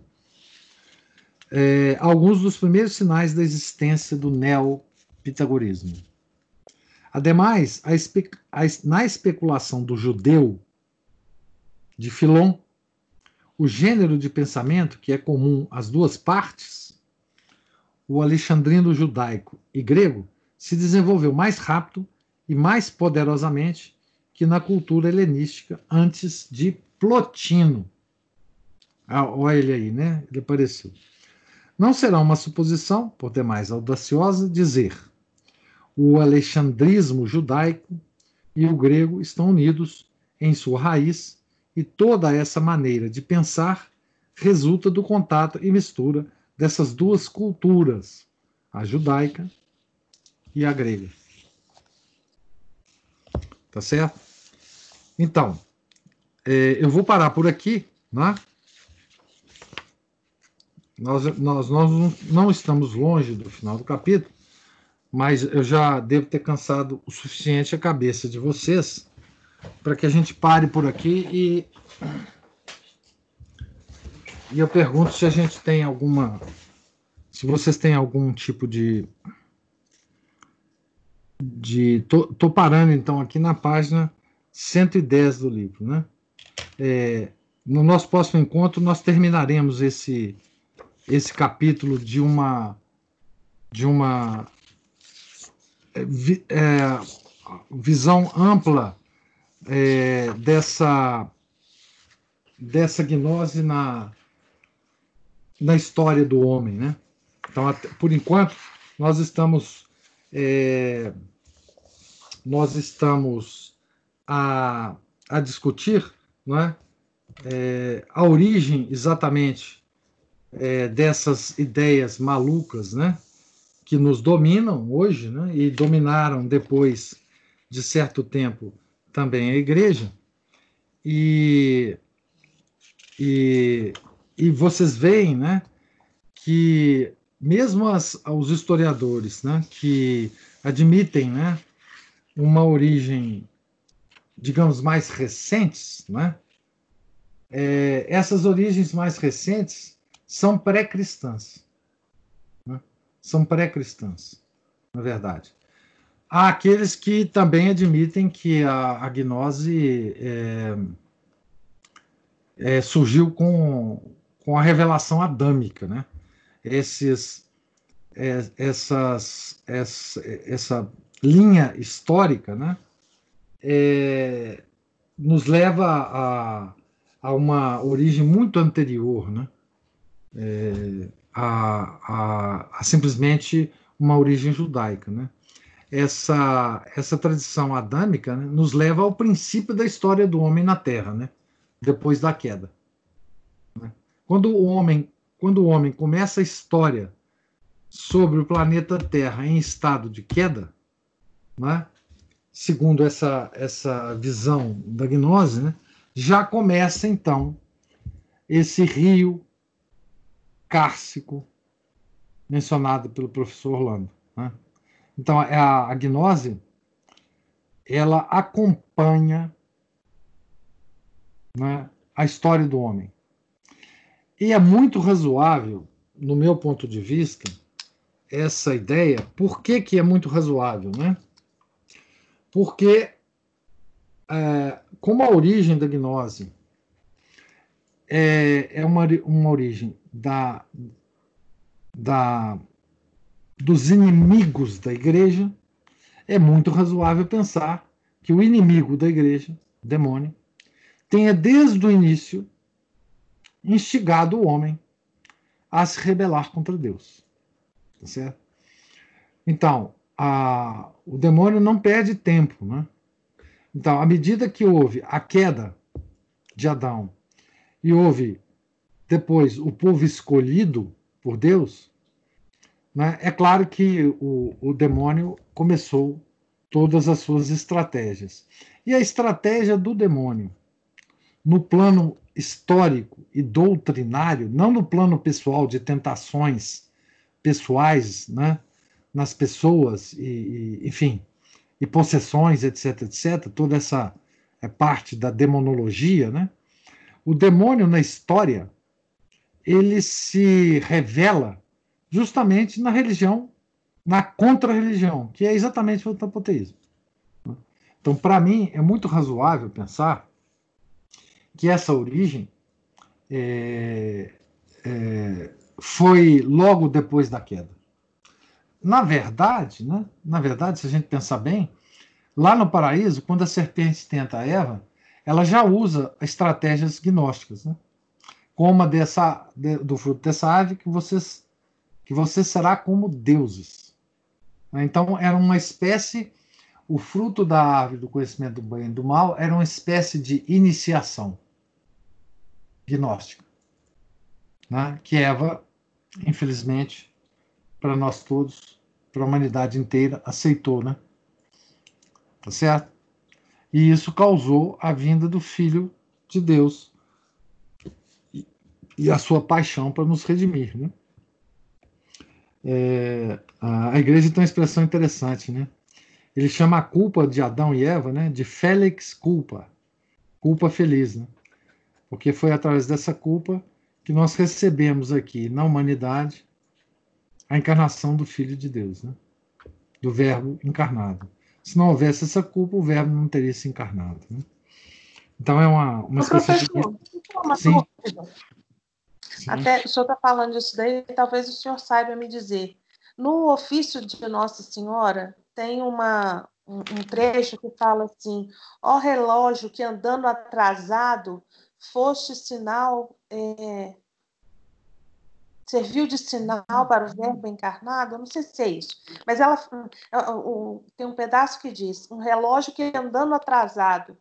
Speaker 1: alguns dos primeiros sinais da existência do neopitagorismo. Ademais, na especulação do judeu, de Filon, o gênero de pensamento que é comum às duas partes, o alexandrino judaico e grego, se desenvolveu mais rápido e mais poderosamente que na cultura helenística antes de Plotino. Olha ele aí, né? Ele apareceu. Não será uma suposição, por demais audaciosa, dizer o alexandrismo judaico e o grego estão unidos em sua raiz e toda essa maneira de pensar resulta do contato e mistura dessas duas culturas, a judaica e a grega. Tá certo? Então, eu vou parar por aqui, né? Nós não estamos longe do final do capítulo, mas eu já devo ter cansado o suficiente a cabeça de vocês para que a gente pare por aqui e eu pergunto se a gente tem se vocês têm algum tipo de tô parando então aqui na página 110 do livro, né? No nosso próximo encontro nós terminaremos esse capítulo de uma visão ampla dessa gnose na história do homem, né? Então, por enquanto, nós estamos, é, nós estamos a discutir, não é? A origem exatamente dessas ideias malucas, né? Que nos dominam hoje, né? E dominaram depois de certo tempo também a igreja. E, e, e vocês veem, né? Que mesmo os historiadores, né, que admitem, né, uma origem, digamos, mais recentes, né, essas origens mais recentes são pré-cristãs, né, são pré-cristãs, na verdade. Há aqueles que também admitem que a gnose surgiu com a revelação adâmica, né? Esses essa linha histórica, né, nos leva a uma origem muito anterior, né, a simplesmente uma origem judaica. Né. Essa tradição adâmica, né, nos leva ao princípio da história do homem na Terra, né, depois da queda. Né. Quando o homem começa a história sobre o planeta Terra em estado de queda, né, segundo essa visão da gnose, né, já começa então esse rio cárcico mencionado pelo professor Orlando. Né. Então, a gnose ela acompanha, né, a história do homem. E é muito razoável, no meu ponto de vista, essa ideia. Por que é muito razoável? Né? Porque, como a origem da gnose é uma origem dos inimigos da igreja, é muito razoável pensar que o inimigo da igreja, o demônio, tenha desde o início instigado o homem a se rebelar contra Deus. Tá certo? Então, o demônio não perde tempo. Né? Então, à medida que houve a queda de Adão e houve depois o povo escolhido por Deus, né, é claro que o demônio começou todas as suas estratégias. E a estratégia do demônio, no plano histórico e doutrinário, não no plano pessoal de tentações pessoais, né, nas pessoas, enfim, e possessões, etc., etc., toda essa parte da demonologia, né? O demônio na história, ele se revela justamente na religião, na contra-religião, que é exatamente o antropoteísmo. Então, para mim, é muito razoável pensar que essa origem foi logo depois da queda. Na verdade, né? Na verdade, se a gente pensar bem, lá no paraíso, quando a serpente tenta a Eva, ela já usa estratégias gnósticas, né? Como a do fruto dessa árvore que você será como deuses. Então, era uma espécie, o fruto da árvore do conhecimento do bem e do mal era uma espécie de iniciação gnóstica, né? Que Eva, infelizmente, para nós todos, para a humanidade inteira, aceitou, né? Tá certo? E isso causou a vinda do Filho de Deus e a sua paixão para nos redimir, né? A igreja tem uma expressão interessante, né? Ele chama a culpa de Adão e Eva, né, de Felix culpa, culpa feliz, né? Porque foi através dessa culpa que nós recebemos aqui na humanidade a encarnação do Filho de Deus, né? Do Verbo encarnado. Se não houvesse essa culpa, o Verbo não teria se encarnado. Né? Então é uma espécie de. Sim.
Speaker 2: Sim. Até o senhor está falando disso daí, talvez o senhor saiba me dizer. No ofício de Nossa Senhora, tem um trecho que fala assim: ó relógio que andando atrasado, foste sinal serviu de sinal para o verbo encarnado, eu não sei se é isso, mas ela tem um pedaço que diz, um relógio que andando atrasado.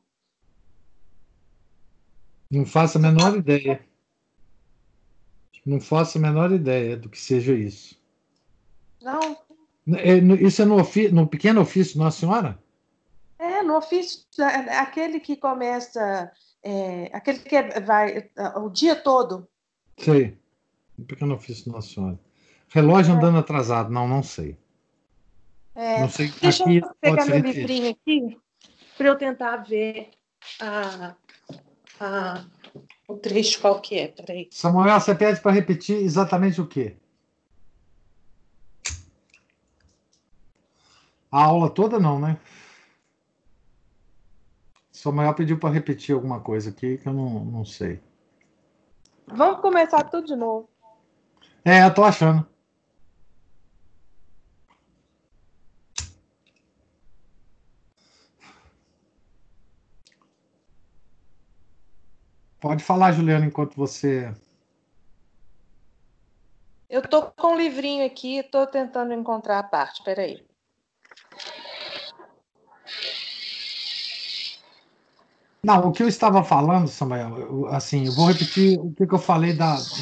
Speaker 1: Não faço a menor ideia. Não faço a menor ideia do que seja isso.
Speaker 2: Não,
Speaker 1: Isso é no pequeno ofício Nossa Senhora?
Speaker 2: no ofício, aquele que começa, aquele que vai o dia todo.
Speaker 1: Sei. No pequeno ofício Nossa Senhora. Relógio andando atrasado. Não, não sei. Não sei.
Speaker 2: Deixa
Speaker 1: Aqui
Speaker 2: eu
Speaker 1: pode
Speaker 2: pegar
Speaker 1: se
Speaker 2: meu
Speaker 1: repetir.
Speaker 2: livrinho aqui para eu tentar ver o trecho qual que é. Peraí.
Speaker 1: Samuel, você pede para repetir exatamente o quê? A aula toda não, né? Samuel pediu para repetir alguma coisa aqui que eu não sei.
Speaker 2: Vamos começar tudo de novo.
Speaker 1: Eu tô achando. Pode falar, Juliana, enquanto você.
Speaker 2: Eu tô com um livrinho aqui, tô tentando encontrar a parte. Peraí.
Speaker 1: Não, o que eu estava falando, Samuel, assim, eu vou repetir o que eu falei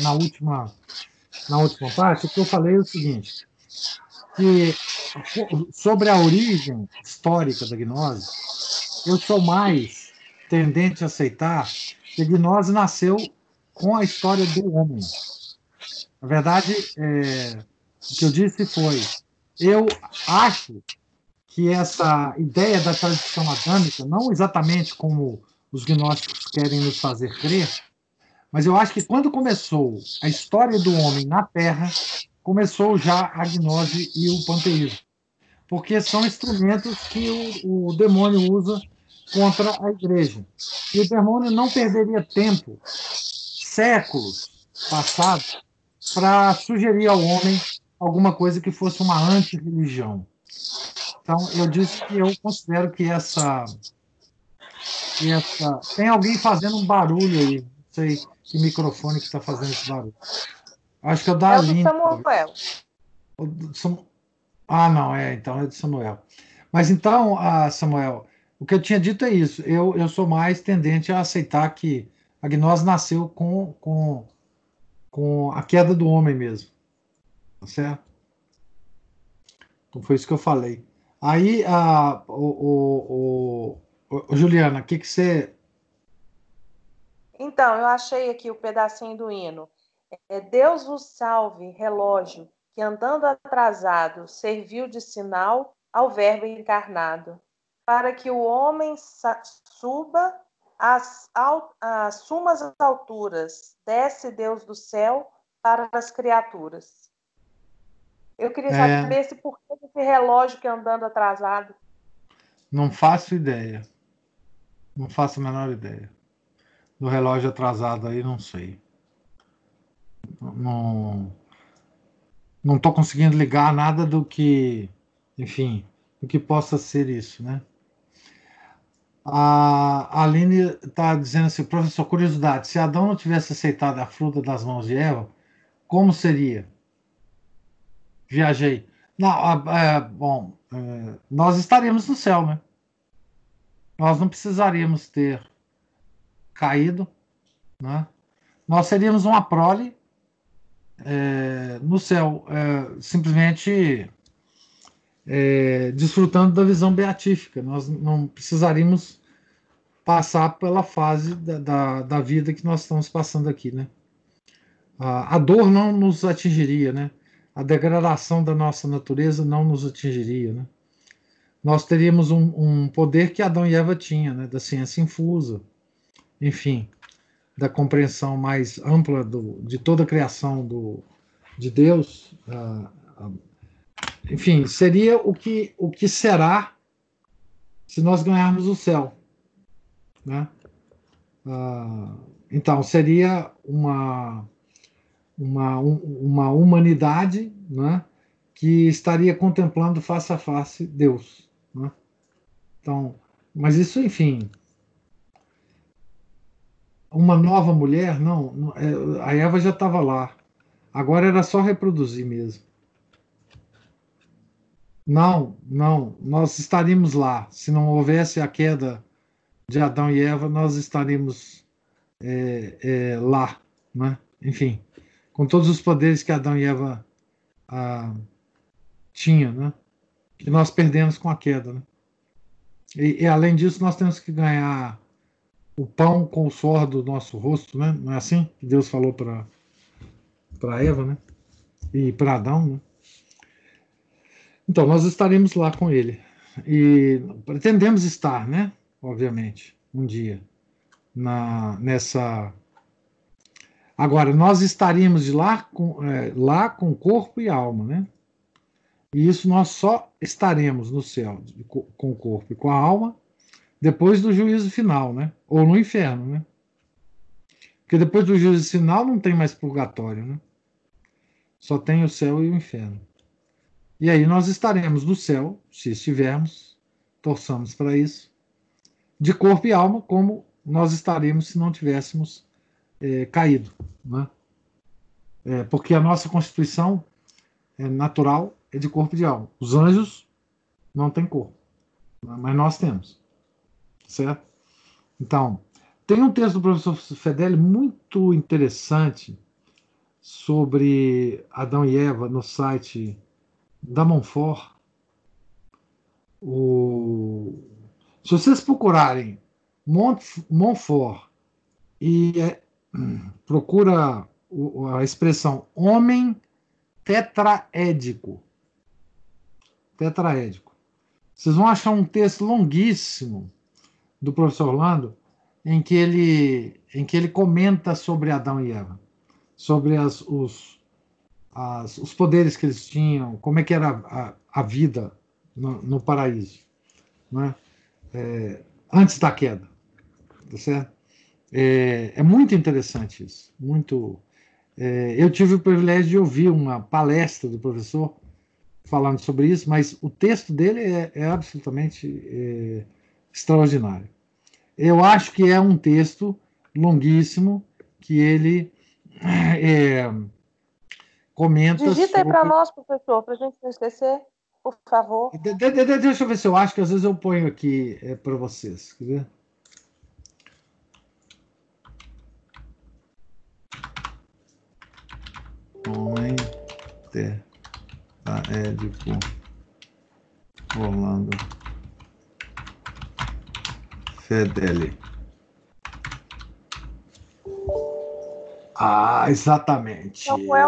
Speaker 1: na última parte. O que eu falei é o seguinte, que sobre a origem histórica da gnose, eu sou mais tendente a aceitar que a gnose nasceu com a história do homem. Na verdade, o que eu disse foi, eu acho que essa ideia da tradição adâmica, não exatamente como os gnósticos querem nos fazer crer, mas eu acho que quando começou a história do homem na Terra, começou já a gnose e o panteísmo, porque são instrumentos que o demônio usa contra a igreja. E o demônio não perderia tempo, séculos passados, para sugerir ao homem alguma coisa que fosse uma anti-religião. Então, eu disse que eu considero que tem alguém fazendo um barulho aí. Não sei que microfone que está fazendo esse barulho. Acho que é o da
Speaker 2: É o do
Speaker 1: Aline.
Speaker 2: Samuel.
Speaker 1: Não, então é de Samuel. Mas então, Samuel, o que eu tinha dito é isso. Eu sou mais tendente a aceitar que a gnose nasceu com a queda do homem mesmo. Tá certo? Então foi isso que eu falei. Aí, Juliana, o que você.
Speaker 2: Então, eu achei aqui o pedacinho do hino. Deus vos salve, relógio, que andando atrasado serviu de sinal ao verbo encarnado, para que o homem suba às sumas alturas, desce Deus do céu para as criaturas. Eu queria saber se por que esse relógio que andando atrasado.
Speaker 1: Não faço ideia. Não faço a menor ideia. Do relógio atrasado aí, não sei. Não, não estou conseguindo ligar nada do que, enfim, do que possa ser isso, né? A Aline está dizendo assim, professor, curiosidade, se Adão não tivesse aceitado a fruta das mãos de Eva, como seria? Viajei. Não, bom, nós estaríamos no céu, né? Nós não precisaríamos ter caído, né? Nós seríamos uma prole no céu, simplesmente desfrutando da visão beatífica. Nós não precisaríamos passar pela fase da vida que nós estamos passando aqui, né? A dor não nos atingiria, né? A degradação da nossa natureza não nos atingiria, né? Nós teríamos um poder que Adão e Eva tinham, né? Da ciência infusa, enfim, da compreensão mais ampla de toda a criação de Deus. Enfim, seria o que será se nós ganharmos o céu, né? Então, seria uma humanidade, né, que estaria contemplando face a face Deus, né? Então, mas isso, enfim, uma nova mulher, não, a Eva já estava lá. Agora era só reproduzir mesmo. Não, não, nós estaríamos lá. Se não houvesse a queda de Adão e Eva, nós estaríamos lá, né? Enfim, com todos os poderes que Adão e Eva tinham, né? Que nós perdemos com a queda, né? E além disso, nós temos que ganhar o pão com o suor do nosso rosto, né? Não é assim que Deus falou para Eva, né? E para Adão, né? Então, nós estaremos lá com ele. E pretendemos estar, né? Obviamente, um dia, nessa. Agora, nós estaríamos de lá com corpo e alma, né? E isso nós só estaremos no céu, com o corpo e com a alma, depois do juízo final, né? Ou no inferno, né? Porque depois do juízo final não tem mais purgatório, né? Só tem o céu e o inferno. E aí nós estaremos no céu, se estivermos, torçamos para isso, de corpo e alma, como nós estaremos se não tivéssemos caído, né? Porque a nossa constituição natural é de corpo e de alma. Os anjos não têm corpo, né? Mas nós temos, certo? Então, tem um texto do professor Fedeli muito interessante sobre Adão e Eva no site da Monfort. Se vocês procurarem Montfort e procura a expressão homem tetraédico, vocês vão achar um texto longuíssimo do professor Orlando em que ele comenta sobre Adão e Eva, sobre os poderes que eles tinham, como é que era a vida no paraíso, né? Antes da queda, tá certo? É muito interessante isso, muito. Eu tive o privilégio de ouvir uma palestra do professor falando sobre isso, mas o texto dele é absolutamente extraordinário. Eu acho que é um texto longuíssimo que ele comenta
Speaker 2: Digita aí
Speaker 1: sobre.
Speaker 2: para nós, professor, para a gente não esquecer, por favor.
Speaker 1: Deixa eu ver se eu acho que às vezes eu ponho aqui para vocês. Quer ver? Homem tetraédico Orlando Fedeli. Exatamente.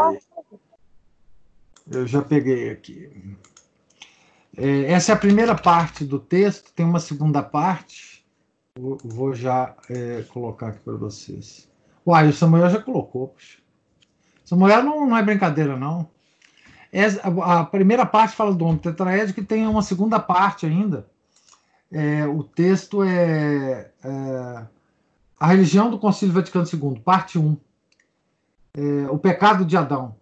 Speaker 1: Eu já peguei aqui. Essa é a primeira parte do texto, tem uma segunda parte. Vou já colocar aqui para vocês. Uai, o Samuel já colocou. Puxa. Samuel não é brincadeira, não. A primeira parte fala do homem tetraédico e tem uma segunda parte ainda. O texto é A Religião do Concílio Vaticano II, parte 1. O Pecado de Adão.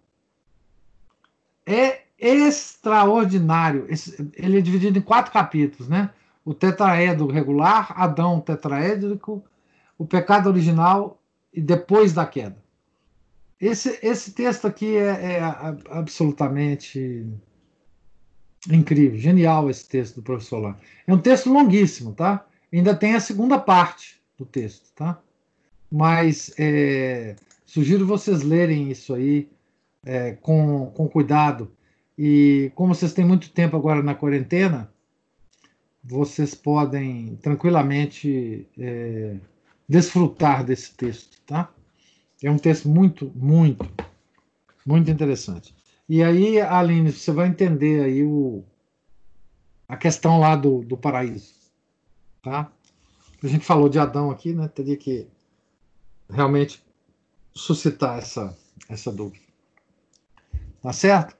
Speaker 1: É extraordinário. Ele é dividido em 4 capítulos, né? O tetraédro regular, Adão tetraédrico, o pecado original e depois da queda. Esse texto aqui é absolutamente incrível, genial esse texto do professor lá. É um texto longuíssimo, tá? Ainda tem a segunda parte do texto, tá? Mas sugiro vocês lerem isso aí com cuidado. E como vocês têm muito tempo agora na quarentena, vocês podem tranquilamente desfrutar desse texto, tá? É um texto muito, muito, muito interessante. E aí, Aline, você vai entender aí a questão lá do paraíso, tá? A gente falou de Adão aqui, né? Teria que realmente suscitar essa dúvida. Tá certo?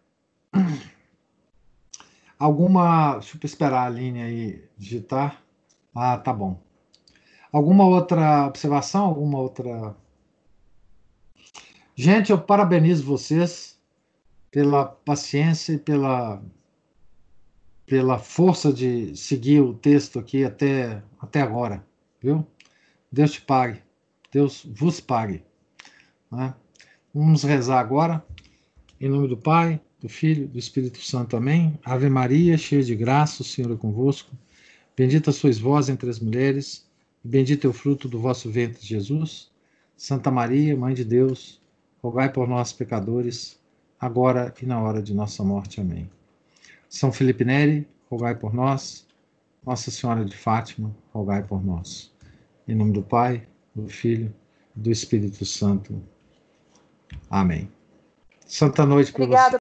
Speaker 1: Deixa eu esperar a linha aí digitar. Tá bom. Alguma outra observação? Alguma outra? Gente, eu parabenizo vocês pela paciência e pela força de seguir o texto aqui até agora, viu? Deus te pague. Deus vos pague. Né? Vamos rezar agora. Em nome do Pai, do Filho, do Espírito Santo. Amém. Ave Maria, cheia de graça, o Senhor é convosco. Bendita sois vós entre as mulheres, e bendito é o fruto do vosso ventre, Jesus. Santa Maria, Mãe de Deus, rogai por nós, pecadores, agora e na hora de nossa morte. Amém. São Felipe Neri, rogai por nós. Nossa Senhora de Fátima, rogai por nós. Em nome do Pai, do Filho e do Espírito Santo. Amém. Santa noite para você.